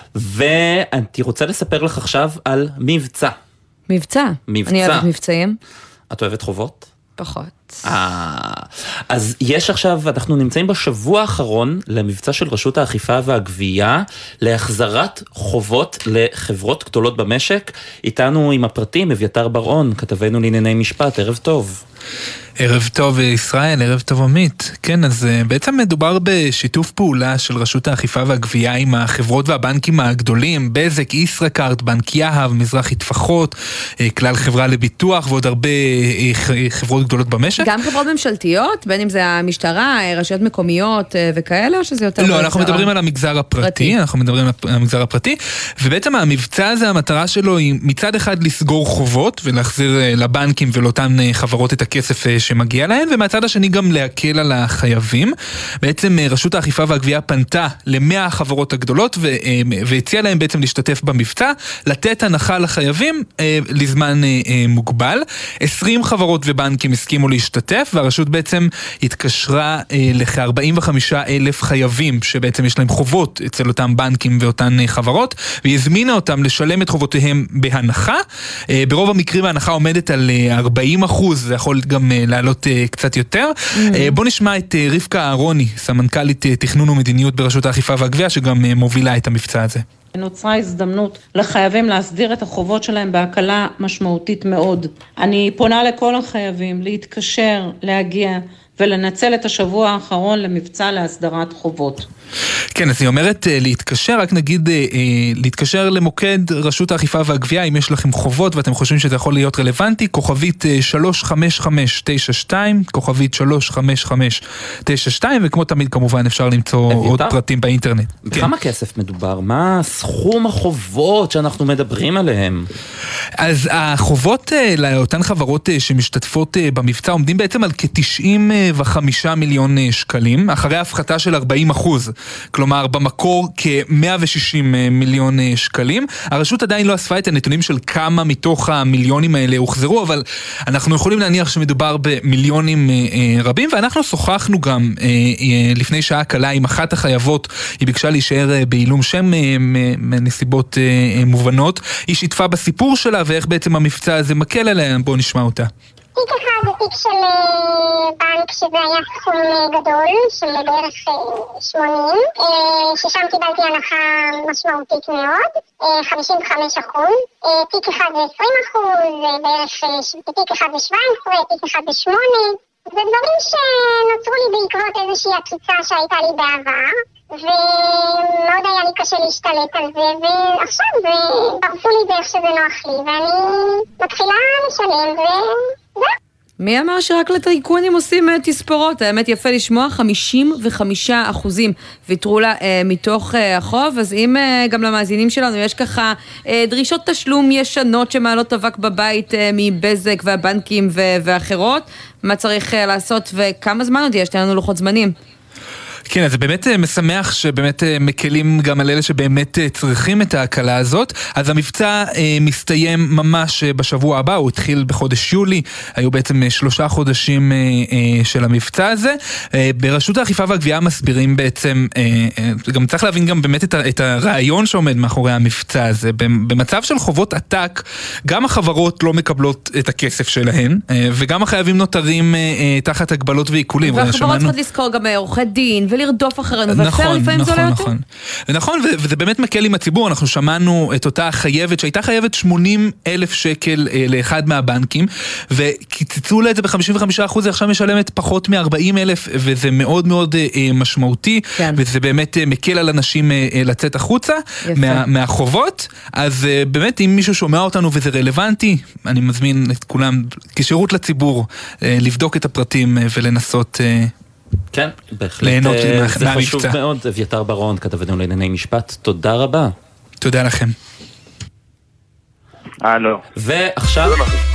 ואני רוצה לספר לך עכשיו על מבצע. מבצע. אני אוהבת מבצעים. את אוהבת חובות? פחות. אז יש עכשיו, אנחנו נמצאים בשבוע האחרון למבצע של רשות האכיפה והגבייה, להחזרת חובות לחברות גדולות במשק. איתנו עם הפרטים, אביתר בר-און, כתבנו לענייני משפט, ערב טוב. ערב טוב ישראל, ערב טוב עמית. כן, אז בעצם מדובר בשיתוף פעולה של רשות האכיפה והגבייה עם החברות והבנקים הגדולים, בזק, ישראכרט, בנק יהב, מזרחי טפחות, כלל חברה לביטוח ועוד הרבה חברות גדולות במשק. גם חברות ממשלתיות, בין אם זה המשטרה, רשויות מקומיות וכאלה, או שזה יותר... לא, אנחנו מדברים על המגזר הפרטי, ובעצם המבצע הזה, המטרה שלו היא מצד אחד לסגור חובות, ולהחזיר לבנקים ולאותן חברות את הכסף שמגיע להן, ומהצד השני גם להקל על החייבים. בעצם רשות האכיפה והגבייה פנתה ל100 החברות הגדולות, והציעה להם בעצם להשתתף במבצע, לתת הנחה לחייבים לזמן מוגבל. 20 חברות ובנקים הסכימו להשתתף, והרשות בעצם התקשרה לכ-45,000 חייבים, שבעצם יש להם חובות אצל אותם בנקים ואותן חברות, והיא הזמינה אותם לשלם את חובותיהם בהנחה. ברוב המקרים ההנחה עומדת על 40%, זה יכול גם לעלות קצת יותר. בוא נשמע את רבקה אהרוני, סמנכ"לית תכנון ומדיניות ברשות האכיפה והגבייה, שגם מובילה את המבצע הזה. נוצרה הזדמנות לחייבים להסדיר את החובות שלהם בהקלה משמעותית מאוד. אני פונה לכל החייבים להתקשר, להגיע ולנצל את השבוע האחרון למבצע להסדרת חובות. כן, אז היא אומרת להתקשר, רק נגיד להתקשר למוקד רשות האכיפה והגבייה, אם יש לכם חובות ואתם חושבים שזה יכול להיות רלוונטי, כוכבית 35592, כוכבית 35592, וכמו תמיד כמובן אפשר למצוא עוד פרטים באינטרנט. בכמה כסף מדובר? מה סכום החובות שאנחנו מדברים עליהם? אז החובות לאותן חברות שמשתתפות במבצע עומדים בעצם על כ-95 מיליון שקלים, אחרי ההפחתה של 40%. כלומר, במקור כ-160 מיליון שקלים. הרשות עדיין לא אספה את הנתונים של כמה מתוך המיליונים האלה הוחזרו, אבל אנחנו יכולים להניח שמדובר במיליונים רבים, ואנחנו שוחחנו גם לפני שעה קלה עם אחת החייבות, היא ביקשה להישאר בעילום שם מנסיבות מובנות. היא שיתפה בסיפור שלה ואיך בעצם המבצע הזה מקל עליה. בואו נשמע אותה. תיק אחד זה תיק של בנק שזה היה סכום גדול של בערך 80, ששם קיבלתי הנחה משמעותית מאוד, 55%, תיק אחד זה 20%, בערך תיק אחד זה 17, תיק אחד זה 8, זה דברים שנוצרו לי בעקבות איזושהי עקיצה שהייתה לי בעבר, ומאוד היה לי קשה להשתלט על זה, ועכשיו פרסו לי דרך שזה נוח לי, ואני מתחילה לשלם וזהו. מי אמר שרק לטייקונים עושים תספורות? האמת יפה לשמוע, 55% ויתרו לה מתוך החוב, אז אם גם למאזינים שלנו יש ככה דרישות תשלום ישנות שמעלות אבק בבית מבזק והבנקים ואחרות, מה צריך לעשות וכמה זמן עוד יש? תן לנו לוחות זמנים. כן, אז זה באמת משמח שבאמת מקלים גם על אלה שבאמת צריכים את ההקלה הזאת. אז המבצע מסתיים ממש בשבוע הבא, הוא התחיל בחודש יולי, היו בעצם 3 חודשים של המבצע הזה. ברשות האכיפה והגבייה מסבירים בעצם, גם צריך להבין גם באמת את הרעיון שעומד מאחורי המבצע הזה. במצב של חובות עתק, גם החברות לא מקבלות את הכסף שלהן, וגם החייבים נותרים תחת הגבלות ועיקולים. והחברות צריכות לזכור גם עורכי דין, ולרדוף אחרינו, ואפשר לפעמים זה עולה יותר. נכון, וזה באמת מקל עם הציבור. אנחנו שמענו את אותה חייבת, שהייתה חייבת 80,000 שקל לאחד מהבנקים, וקיצצו לה את זה ב-55%, עכשיו משלמת פחות מ-40,000, וזה מאוד מאוד משמעותי, וזה באמת מקל על אנשים לצאת החוצה מהחובות. אז באמת, אם מישהו שומע אותנו וזה רלוונטי, אני מזמין את כולם כשירות לציבור, לבדוק את הפרטים ולנסות... כן, בהחלט, זה חשוב מאוד. אביתר ברון, כתבנו לענייני משפט, תודה רבה. תודה לכם. הלו. ועכשיו...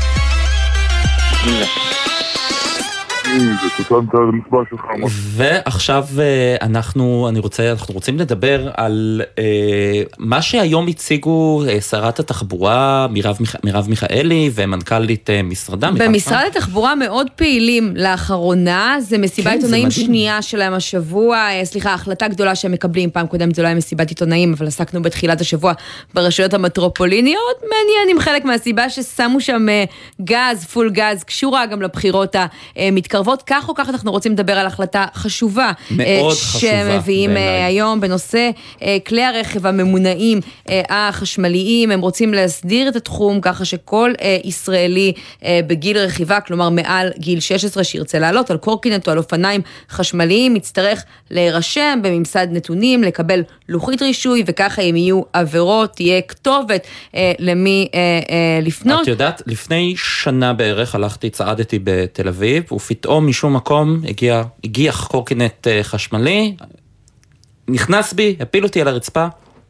ועכשיו אנחנו רוצים לדבר על מה שהיום הציגו שרת התחבורה מירב מיכאלי ומנכ"לית משרדה. במשרד התחבורה מאוד פעילים לאחרונה, זה מסיבת עיתונאים שנייה שלהם השבוע, החלטה גדולה שהם מקבלים, פעם קודם זה לא היה מסיבת עיתונאים, אבל עסקנו בתחילת השבוע ברשויות המטרופוליניות, מעניין עם חלק מהסיבה ששמו שם גז, פול גז, קשורה גם לבחירות המתקרבות מסרבות. כך או כך אנחנו רוצים לדבר על החלטה חשובה. מאוד חשובה. שמביאים היום בנושא כלי הרכב הממונעים החשמליים. הם רוצים להסדיר את התחום ככה שכל ישראלי בגיל רכיבה, כלומר מעל גיל 16 שירצה לעלות על קורקינט או על אופניים חשמליים, יצטרך להירשם בממסד נתונים, לקבל לוחית רישוי, וככה אם יהיו עבירות, תהיה כתובת למי לפנות. את יודעת, לפני שנה בערך צעדתי בתל אביב, ופתאום משום מקום הגיח קורקינט חשמלי, נכנס בי, הפיל אותי על הרצפה,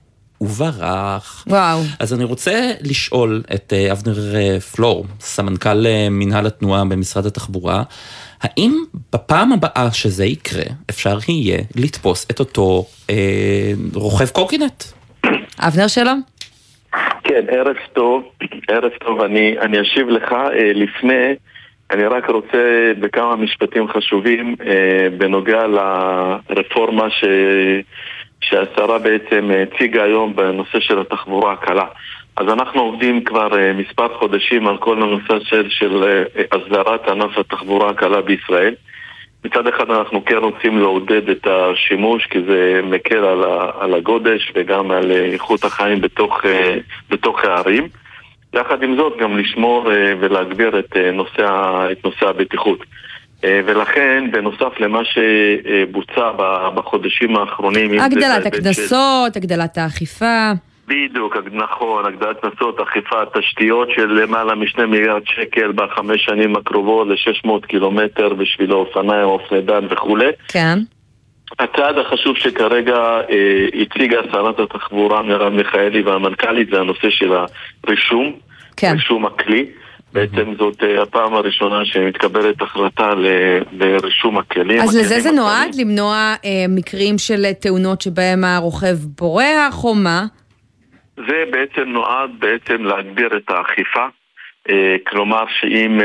וברח. וואו. אז אני רוצה לשאול את אבנר פלור, סמנכ"ל מנהל התנועה במשרד התחבורה, האם בפעם הבאה שזה יקרה, אפשר יהיה לתפוס את אותו רוכב קורקינט? אבנר שלום? כן, ערב טוב, אני אשיב לך. לפני, אני רק רוצה בכמה משפטים חשובים בנוגע לרפורמה שהשרה בעצם הציגה היום בנושא של התחבורה הקלה. אז אנחנו עובדים כבר מספר חודשים על כל הנושא של הסדרת ענף התחבורה הקלה בישראל. מצד אחד אנחנו כן רוצים לעודד את השימוש, כי זה מקל על הגודש וגם על איכות החיים בתוך הערים. יחד עם זאת גם לשמור ולהגביר את נושא הבטיחות. ולכן בנוסף למה שבוצע בחודשים האחרונים, הגדלת הקנסות, הגדלת האכיפה. בדיוק, נכון, הגדלת קנסות, אכיפה, תשתיות של למעלה מ2 מיליארד שקל ב5 שנים הקרובות ל600 קילומטר בשביל האופניים, האופנדן וכו'. כן. הצעד החשוב שכרגע הציגה שרת התחבורה מרב מיכאלי והמנכ"לית זה הנושא של הרישום, כן. רישום הכלי. בעצם זאת הפעם הראשונה שמתקבלת החלטה לרישום הכלים. אז לזה זה נועד למנוע מקרים של תאונות שבהם הרוכב בורח או מה? זה בעצם נועד להגביר את האכיפה, כלומר שאם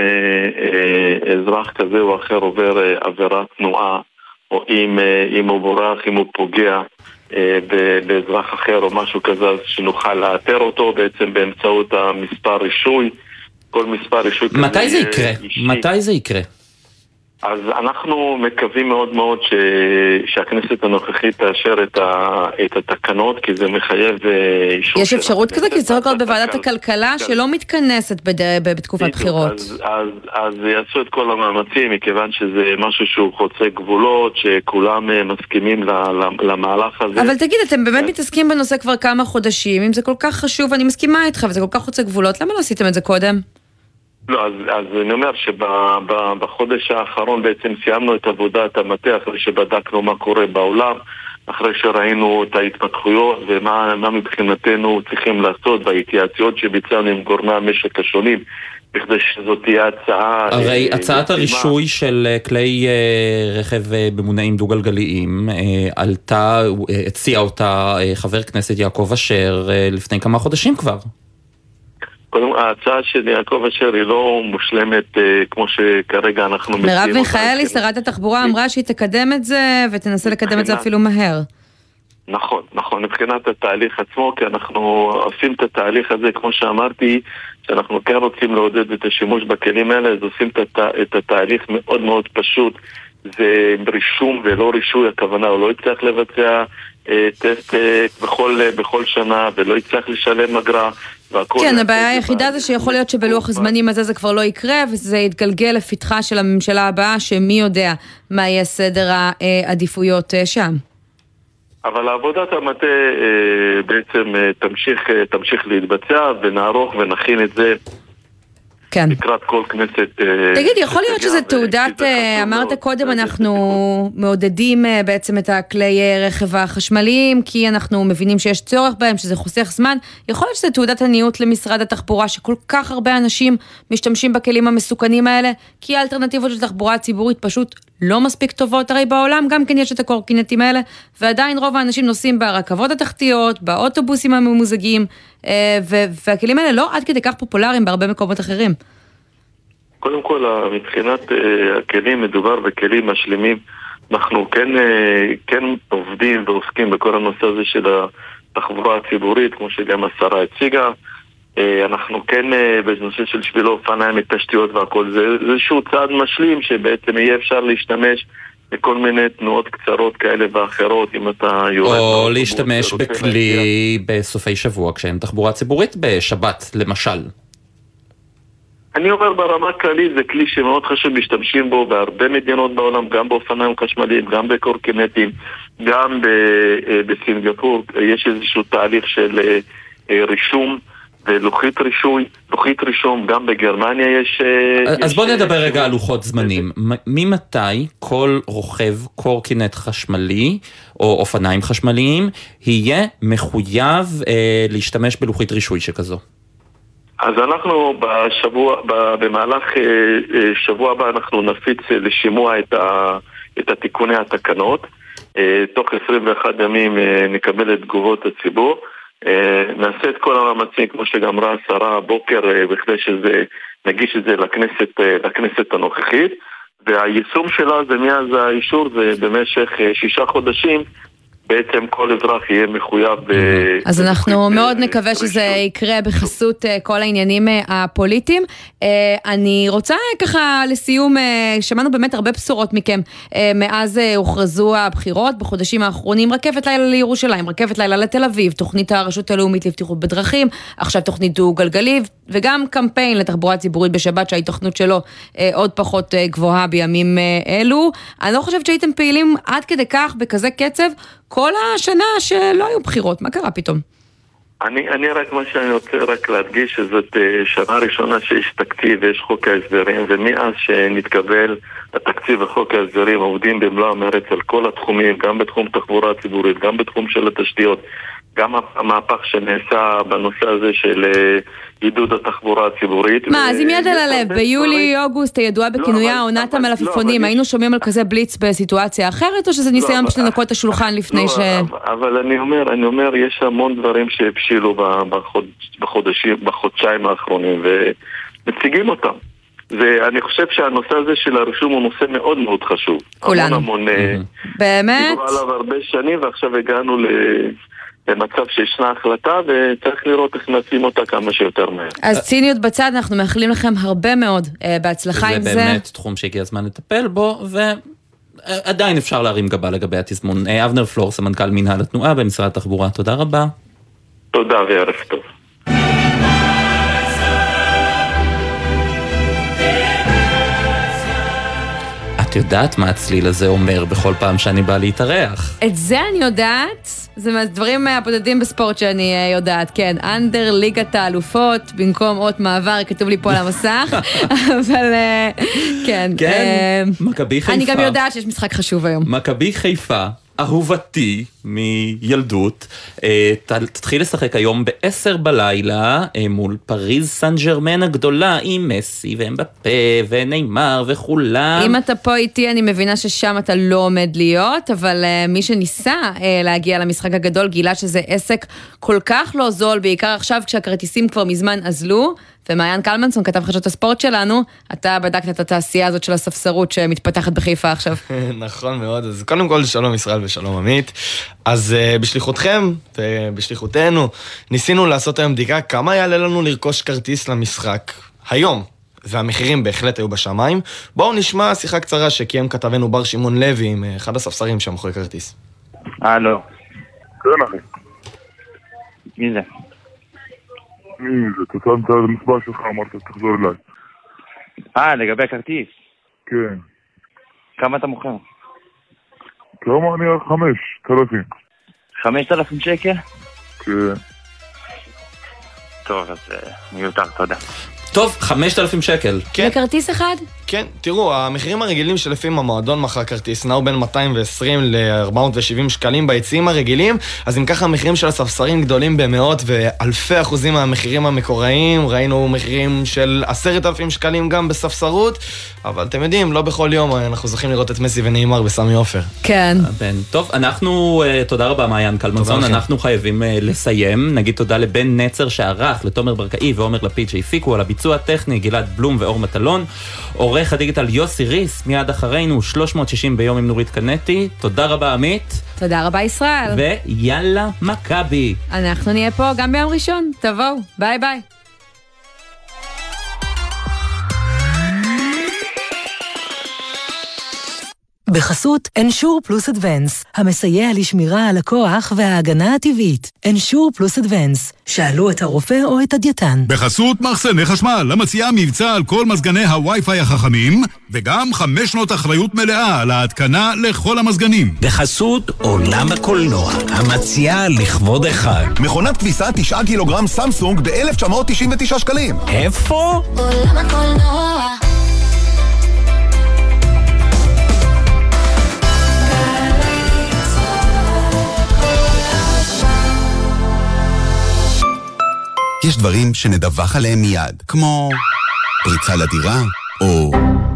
אזרח כזה או אחר עובר עבירת תנועה, או אם הוא בורח, אם הוא פוגע באזרח אחר או משהו כזה, שנוכל לאתר אותו בעצם באמצעות המספר רישוי, כל מספר רישוי כזה. מתי זה יקרה? מתי זה יקרה? אז אנחנו מקווים מאוד מאוד שהכנסת הנוכחית תאשר את התקנות, כי זה מחייב אישור. יש אפשרות כזה? כי זה צריך להיות בוועדת הכלכלה שלא מתכנסת בתקופת בחירות. אז יעשו את כל המאמצים, מכיוון שזה משהו שהוא חוצה גבולות, שכולם מסכימים למהלך הזה. אבל תגיד, אתם באמת מתעסקים בנושא כבר כמה חודשים, אם זה כל כך חשוב, אני מסכימה איתך, וזה כל כך חוצה גבולות, למה לא עשיתם את זה קודם? לא, אז אני אומר שבחודש האחרון בעצם סיימנו את עבודת המטה אחרי שבדקנו מה קורה בעולם, אחרי שראינו את ההתפתחויות ומה מבחינתנו צריכים לעשות בהתייעצויות שביצענו עם גורמי המשק השונים, בכדי שזאת תהיה הצעה... הרי הצעת הרישוי של כלי רכב ממונעים דו-גלגליים הציע אותה חבר כנסת יעקב אשר לפני כמה חודשים כבר. קודם, ההצעה של יעקב אשר היא לא מושלמת כמו שכרגע אנחנו מציעים אותה. מרב מיכאלי, שרת התחבורה, אמרה שהיא תקדם את זה ותנסה לקדם את זה אפילו מהר. נכון, מבחינת התהליך עצמו, כי אנחנו עושים את התהליך הזה, כמו שאמרתי, שאנחנו כן רוצים לעודד את השימוש בכלים האלה, אז עושים את התהליך מאוד מאוד פשוט, זה רישום ולא רישוי, הכוונה, הוא לא יצטרך לבצע טסט בכל שנה, ולא יצטרך לשלם אגרה. כן, הבעיה היחידה זה שיכול להיות שבלוח הזמנים הזה זה כבר לא יקרה, וזה יתגלגל לפתחה של הממשלה הבאה, שמי יודע מה יהיה סדר העדיפויות שם. אבל עבודת המטה בעצם תמשיך להתבצע, ונערוך ונכין את זה כן. לקראת כל כנסת. תגיד, יכול להיות שזה תעודת, אמרת קודם, אנחנו מעודדים בעצם את הכלי רכב החשמליים, כי אנחנו מבינים שיש צורך בהם, שזה חוסך זמן. יכול להיות שזה תעודת עניות למשרד התחבורה, שכל כך הרבה אנשים משתמשים בכלים המסוכנים האלה, כי האלטרנטיבות של תחבורה הציבורית פשוט לא מספיק טובות. הרי בעולם גם כן יש את הקורקינטים האלה, ועדיין רוב האנשים נוסעים ברכבות התחתיות, באוטובוסים הממוזגים, והכלים האלה לא עד כדי כך פופולריים בהרבה מקומות אחרים. קודם כל, מבחינת הכלים, מדובר בכלים משלימים. אנחנו כן עובדים ועוסקים בכל הנושא הזה של התחבורה הציבורית, כמו שגם השרה הציגה. אנחנו כן בנושא של שבילי אופניים, תשתיות והכל, זה איזשהו צעד משלים שבעצם יהיה אפשר להשתמש בכל מיני תנועות קצרות כאלה ואחרות, אם אתה יורד... או להשתמש בכלי בסופי שבוע כשאין תחבורה ציבורית בשבת, למשל. אני אומר ברמה כללית, זה כלי שמאוד חשוב משתמשים בו בהרבה מדינות בעולם, גם באופניים חשמליים, גם בקורקינטים, גם בסינגפור. יש איזשהו תהליך של רישום ולוחית רישום, גם בגרמניה יש... אז בוא נדבר רגע על לוחות זמנים. ממתי כל רוכב קורקינט חשמלי או אופניים חשמליים יהיה מחויב להשתמש בלוחית רישוי שכזו? אז אנחנו במהלך שבוע הבא אנחנו נפיץ לשימוע את התיקוני התקנות. תוך 21 ימים נקבל את תגובות הציבור. נעשה את כל המאמצים, כמו שגם ראה השרה הבוקר, בכדי נגיש את זה לכנסת הנוכחית. והיישום שלה זה מאז האישור, זה במשך 6 חודשים. בעצם כל אזרח יהיה מחויב... אז אנחנו מאוד נקווה שזה יקרה בחסות כל העניינים הפוליטיים. אני רוצה ככה לסיום, שמענו באמת הרבה בשורות מכם, מאז הוכרזו הבחירות בחודשים האחרונים, רכבת לילה לירושלים, רכבת לילה לתל אביב, תוכנית הרשות הלאומית לבטיחות בדרכים, עכשיו תוכנית דו-גלגלי, וגם קמפיין לתחבורה ציבורית בשבת, שההתכנות שלו עוד פחות גבוהה בימים אלו. אני לא חושבת שהייתם פעילים עד כדי כך, בכזה קצב, כל השנה שלא היו בחירות. מה קרה פתאום? אני רק מה שאני רוצה רק להדגיש, שזאת שנה ראשונה שיש תקציב ויש חוק ההסדרים, ומאז שנתקבל התקציב וחוק ההסדרים עובדים במלוא המרץ על כל התחומים, גם בתחום תחבורה ציבורית, גם בתחום של התשתיות, גם המהפך שנעשה בנושא הזה של עידוד התחבורה הציבורית. מה, אז עם יד על הלב, ביולי-אוגוסט הידועה בכינויה עונת המלפפונים, היינו שומעים על כזה בליץ בסיטואציה אחרת, או שזה ניסיון פשוט לנקות את השולחן לפני ש... אבל אני אומר, יש המון דברים שהבשילו בחודשיים האחרונים, ומציגים אותם. ואני חושב שהנושא הזה של הרישום הוא נושא מאוד מאוד חשוב. כולנו. באמת? דיברו עליו הרבה שנים, ועכשיו הגענו במצב שישנה החלטה, וצריך לראות איך נשים אותה כמה שיותר מהר. אז ציניות בצד, אנחנו מאחלים לכם הרבה מאוד בהצלחה עם זה. זה באמת תחום שהגיע הזמן לטפל בו, ועדיין אפשר להרים גבה לגבי התזמון. אבנר פלור, סמנכ"ל מנהל התנועה במשרד התחבורה, תודה רבה. תודה וערב טוב. את יודעת מה הצליל הזה אומר בכל פעם שאני בא להתארח? את זה אני יודעת, זה מהדברים הבודדים בספורט שאני יודעת, כן, אנדר ליגת האלופות, במקום אות מעבר, כתוב לי פה על המסך, אבל כן. כן, מכבי חיפה. אני גם יודעת שיש משחק חשוב היום. מכבי חיפה, אהובתי מילדות, תתחיל לשחק היום ב-10 בלילה מול פריז סן ז'רמן הגדולה, עם מסי ואמבפה וניימר וכולם. אם אתה פה איתי, אני מבינה ששם אתה לא עומד להיות, אבל מי שניסה להגיע למשחק הגדול גילה שזה עסק כל כך לא זול, בעיקר עכשיו כשהכרטיסים כבר מזמן אזלו, ומעיין קלמנסון, כתב חדשות הספורט שלנו, אתה בדקת את התעשייה הזאת של הספסרות שמתפתחת בחיפה עכשיו. נכון מאוד, אז קודם כל שלום ישראל ושלום עמית. אז בשליחותכם ובשליחותנו ניסינו לעשות היום בדיקה כמה יעלה לנו לרכוש כרטיס למשחק היום, והמחירים בהחלט היו בשמיים. בואו נשמע שיחה קצרה שקיים כתבנו בר שמעון לוי עם אחד הספסרים שמוכר כרטיס. הלו. כן אחי. מי זה? אתה שם את המספר שלך, אמרת, תחזור אליי. לגבי הכרטיס? כן. כמה אתה מוכר? כמה אני 5,000. 5,000 שקל? כן. טוב, אז מיותר, תודה. טוב, 5,000 שקל. כן. לכרטיס אחד? כן, תראו, המחירים הרגילים שלפעמים המועדון מכר כרטיס נעו בין 220 ל-470 שקלים ביציעים הרגילים, אז אם ככה המחירים של הספסרים גדולים במאות ואלפי אחוזים מהמחירים המקוראים, ראינו מחירים של 10,000 שקלים גם בספסרות, אבל אתם יודעים, לא בכל יום אנחנו זוכים לראות את מסי וניימר בסמי עופר. כן. טוב, אנחנו, תודה רבה מעיין קלמנסון, אנחנו חייבים לסיים, נגיד תודה לבן נצר שערך, לתומר ברקאי ועומר לפיד שהפיקו על הביצוע הטכני, גלעד בלום ואור מטלון, עורך הדיגיטל יוסי ריס, מיד אחרינו 360 ביום עם נורית קנטי. תודה רבה עמית. תודה רבה ישראל. ויאללה מכבי. אנחנו נהיה פה גם ביום ראשון, תבואו, ביי ביי. בחסות אנשור פלוס אדוונס, המסייע לשמירה על הכוח וההגנה הטבעית. אנשור פלוס אדוונס, שאלו את הרופא או את הדייטן. בחסות מחסני חשמל, המציעה מבצע על כל מזגני הווי-פיי החכמים, וגם 5 שנות אחריות מלאה על ההתקנה לכל המזגנים. בחסות עולם הקולנוע, המציעה לכבוד אחד. מכונת כביסה 9 קילוגרם סמסונג ב-1999 שקלים. איפה? עולם הקולנוע. יש דברים שנדווח עליהם מיד, כמו פריצה לדירה או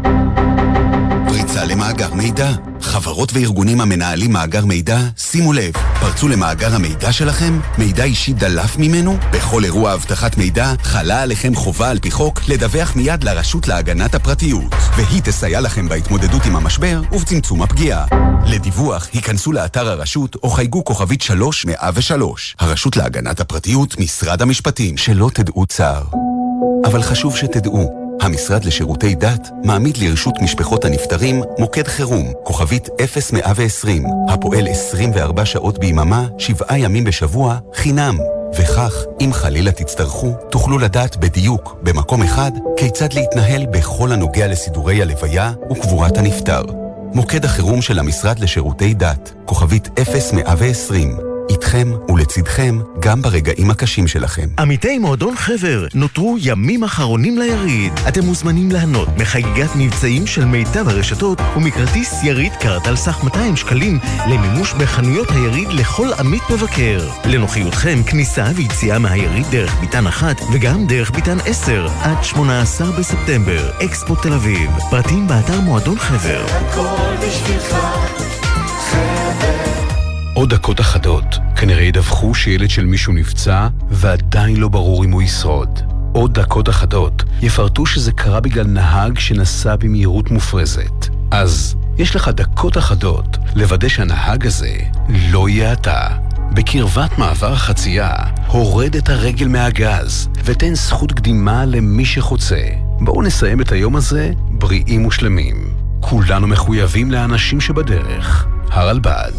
פריצה למאגר מידע. חברות וארגונים המנהלים מאגר מידע, שימו לב, פרצו למאגר המידע שלכם, מידע אישי דלף ממנו, בכל אירוע הבטחת מידע חלה עליכם חובה על פי חוק לדווח מיד לרשות להגנת הפרטיות, והיא תסייע לכם בהתמודדות עם המשבר ובצמצום הפגיעה. לדיווח, היכנסו לאתר הרשות או חייגו כוכבית 3103. הרשות להגנת הפרטיות, משרד המשפטים, שלא תדעו צער. אבל חשוב שתדעו, המשרד לשירותי דת מעמיד לרשות משפחות הנפטרים מוקד חירום, כוכבית 0120, הפועל 24 שעות ביממה, 7 ימים בשבוע, חינם. וכך, אם חלילה תצטרכו, תוכלו לדעת בדיוק, במקום אחד, כיצד להתנהל בכל הנוגע לסידורי הלוויה וקבורת הנפטר. מוקד החירום של המשרד לשירותי דת, כוכבית 0120, איתכם ולצדכם גם ברגעים הקשים שלכם. עמיתי מועדון חבר, נותרו ימים אחרונים ליריד. אתם מוזמנים ליהנות מחגיגת מבצעים של מיטב הרשתות ומכרטיס יריד קארט על סך 200 שקלים למימוש בחנויות היריד לכל עמית מבקר. לנוחיותכם כניסה ויציאה מהיריד דרך ביתן 1 וגם דרך ביתן 10 עד 18 בספטמבר. אקספו תל אביב. פרטים באתר מועדון חבר. הכל בשבילך חבר. עוד דקות אחדות, כנראה ידווחו שילד של מישהו נפצע ועדיין לא ברור אם הוא ישרוד. עוד דקות אחדות יפרטו שזה קרה בגלל נהג שנסע במהירות מופרזת. אז יש לך דקות אחדות לוודא שהנהג הזה לא יהיה אתה. בקרבת מעבר החצייה, הורד את הרגל מהגז ותן זכות קדימה למי שחוצה. בואו נסיים את היום הזה בריאים ושלמים. כולנו מחויבים לאנשים שבדרך. הרלב"ד.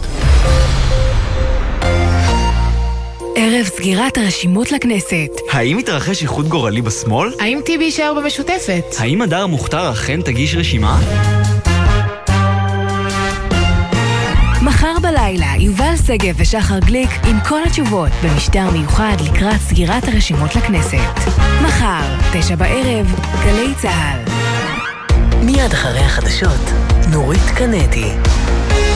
ערב סגירת הרשימות לכנסת. האם יתרחש איחוד גורלי בשמאל? האם טיבי יישאר במשותפת? האם הדר מוכתר אכן תגיש רשימה? מחר בלילה יובל סגב ושחר גליק עם כל התשובות במשדר מיוחד לקראת סגירת הרשימות לכנסת. מחר, 9 בערב, גלי צהל. מיד אחרי החדשות, נורית קנדי.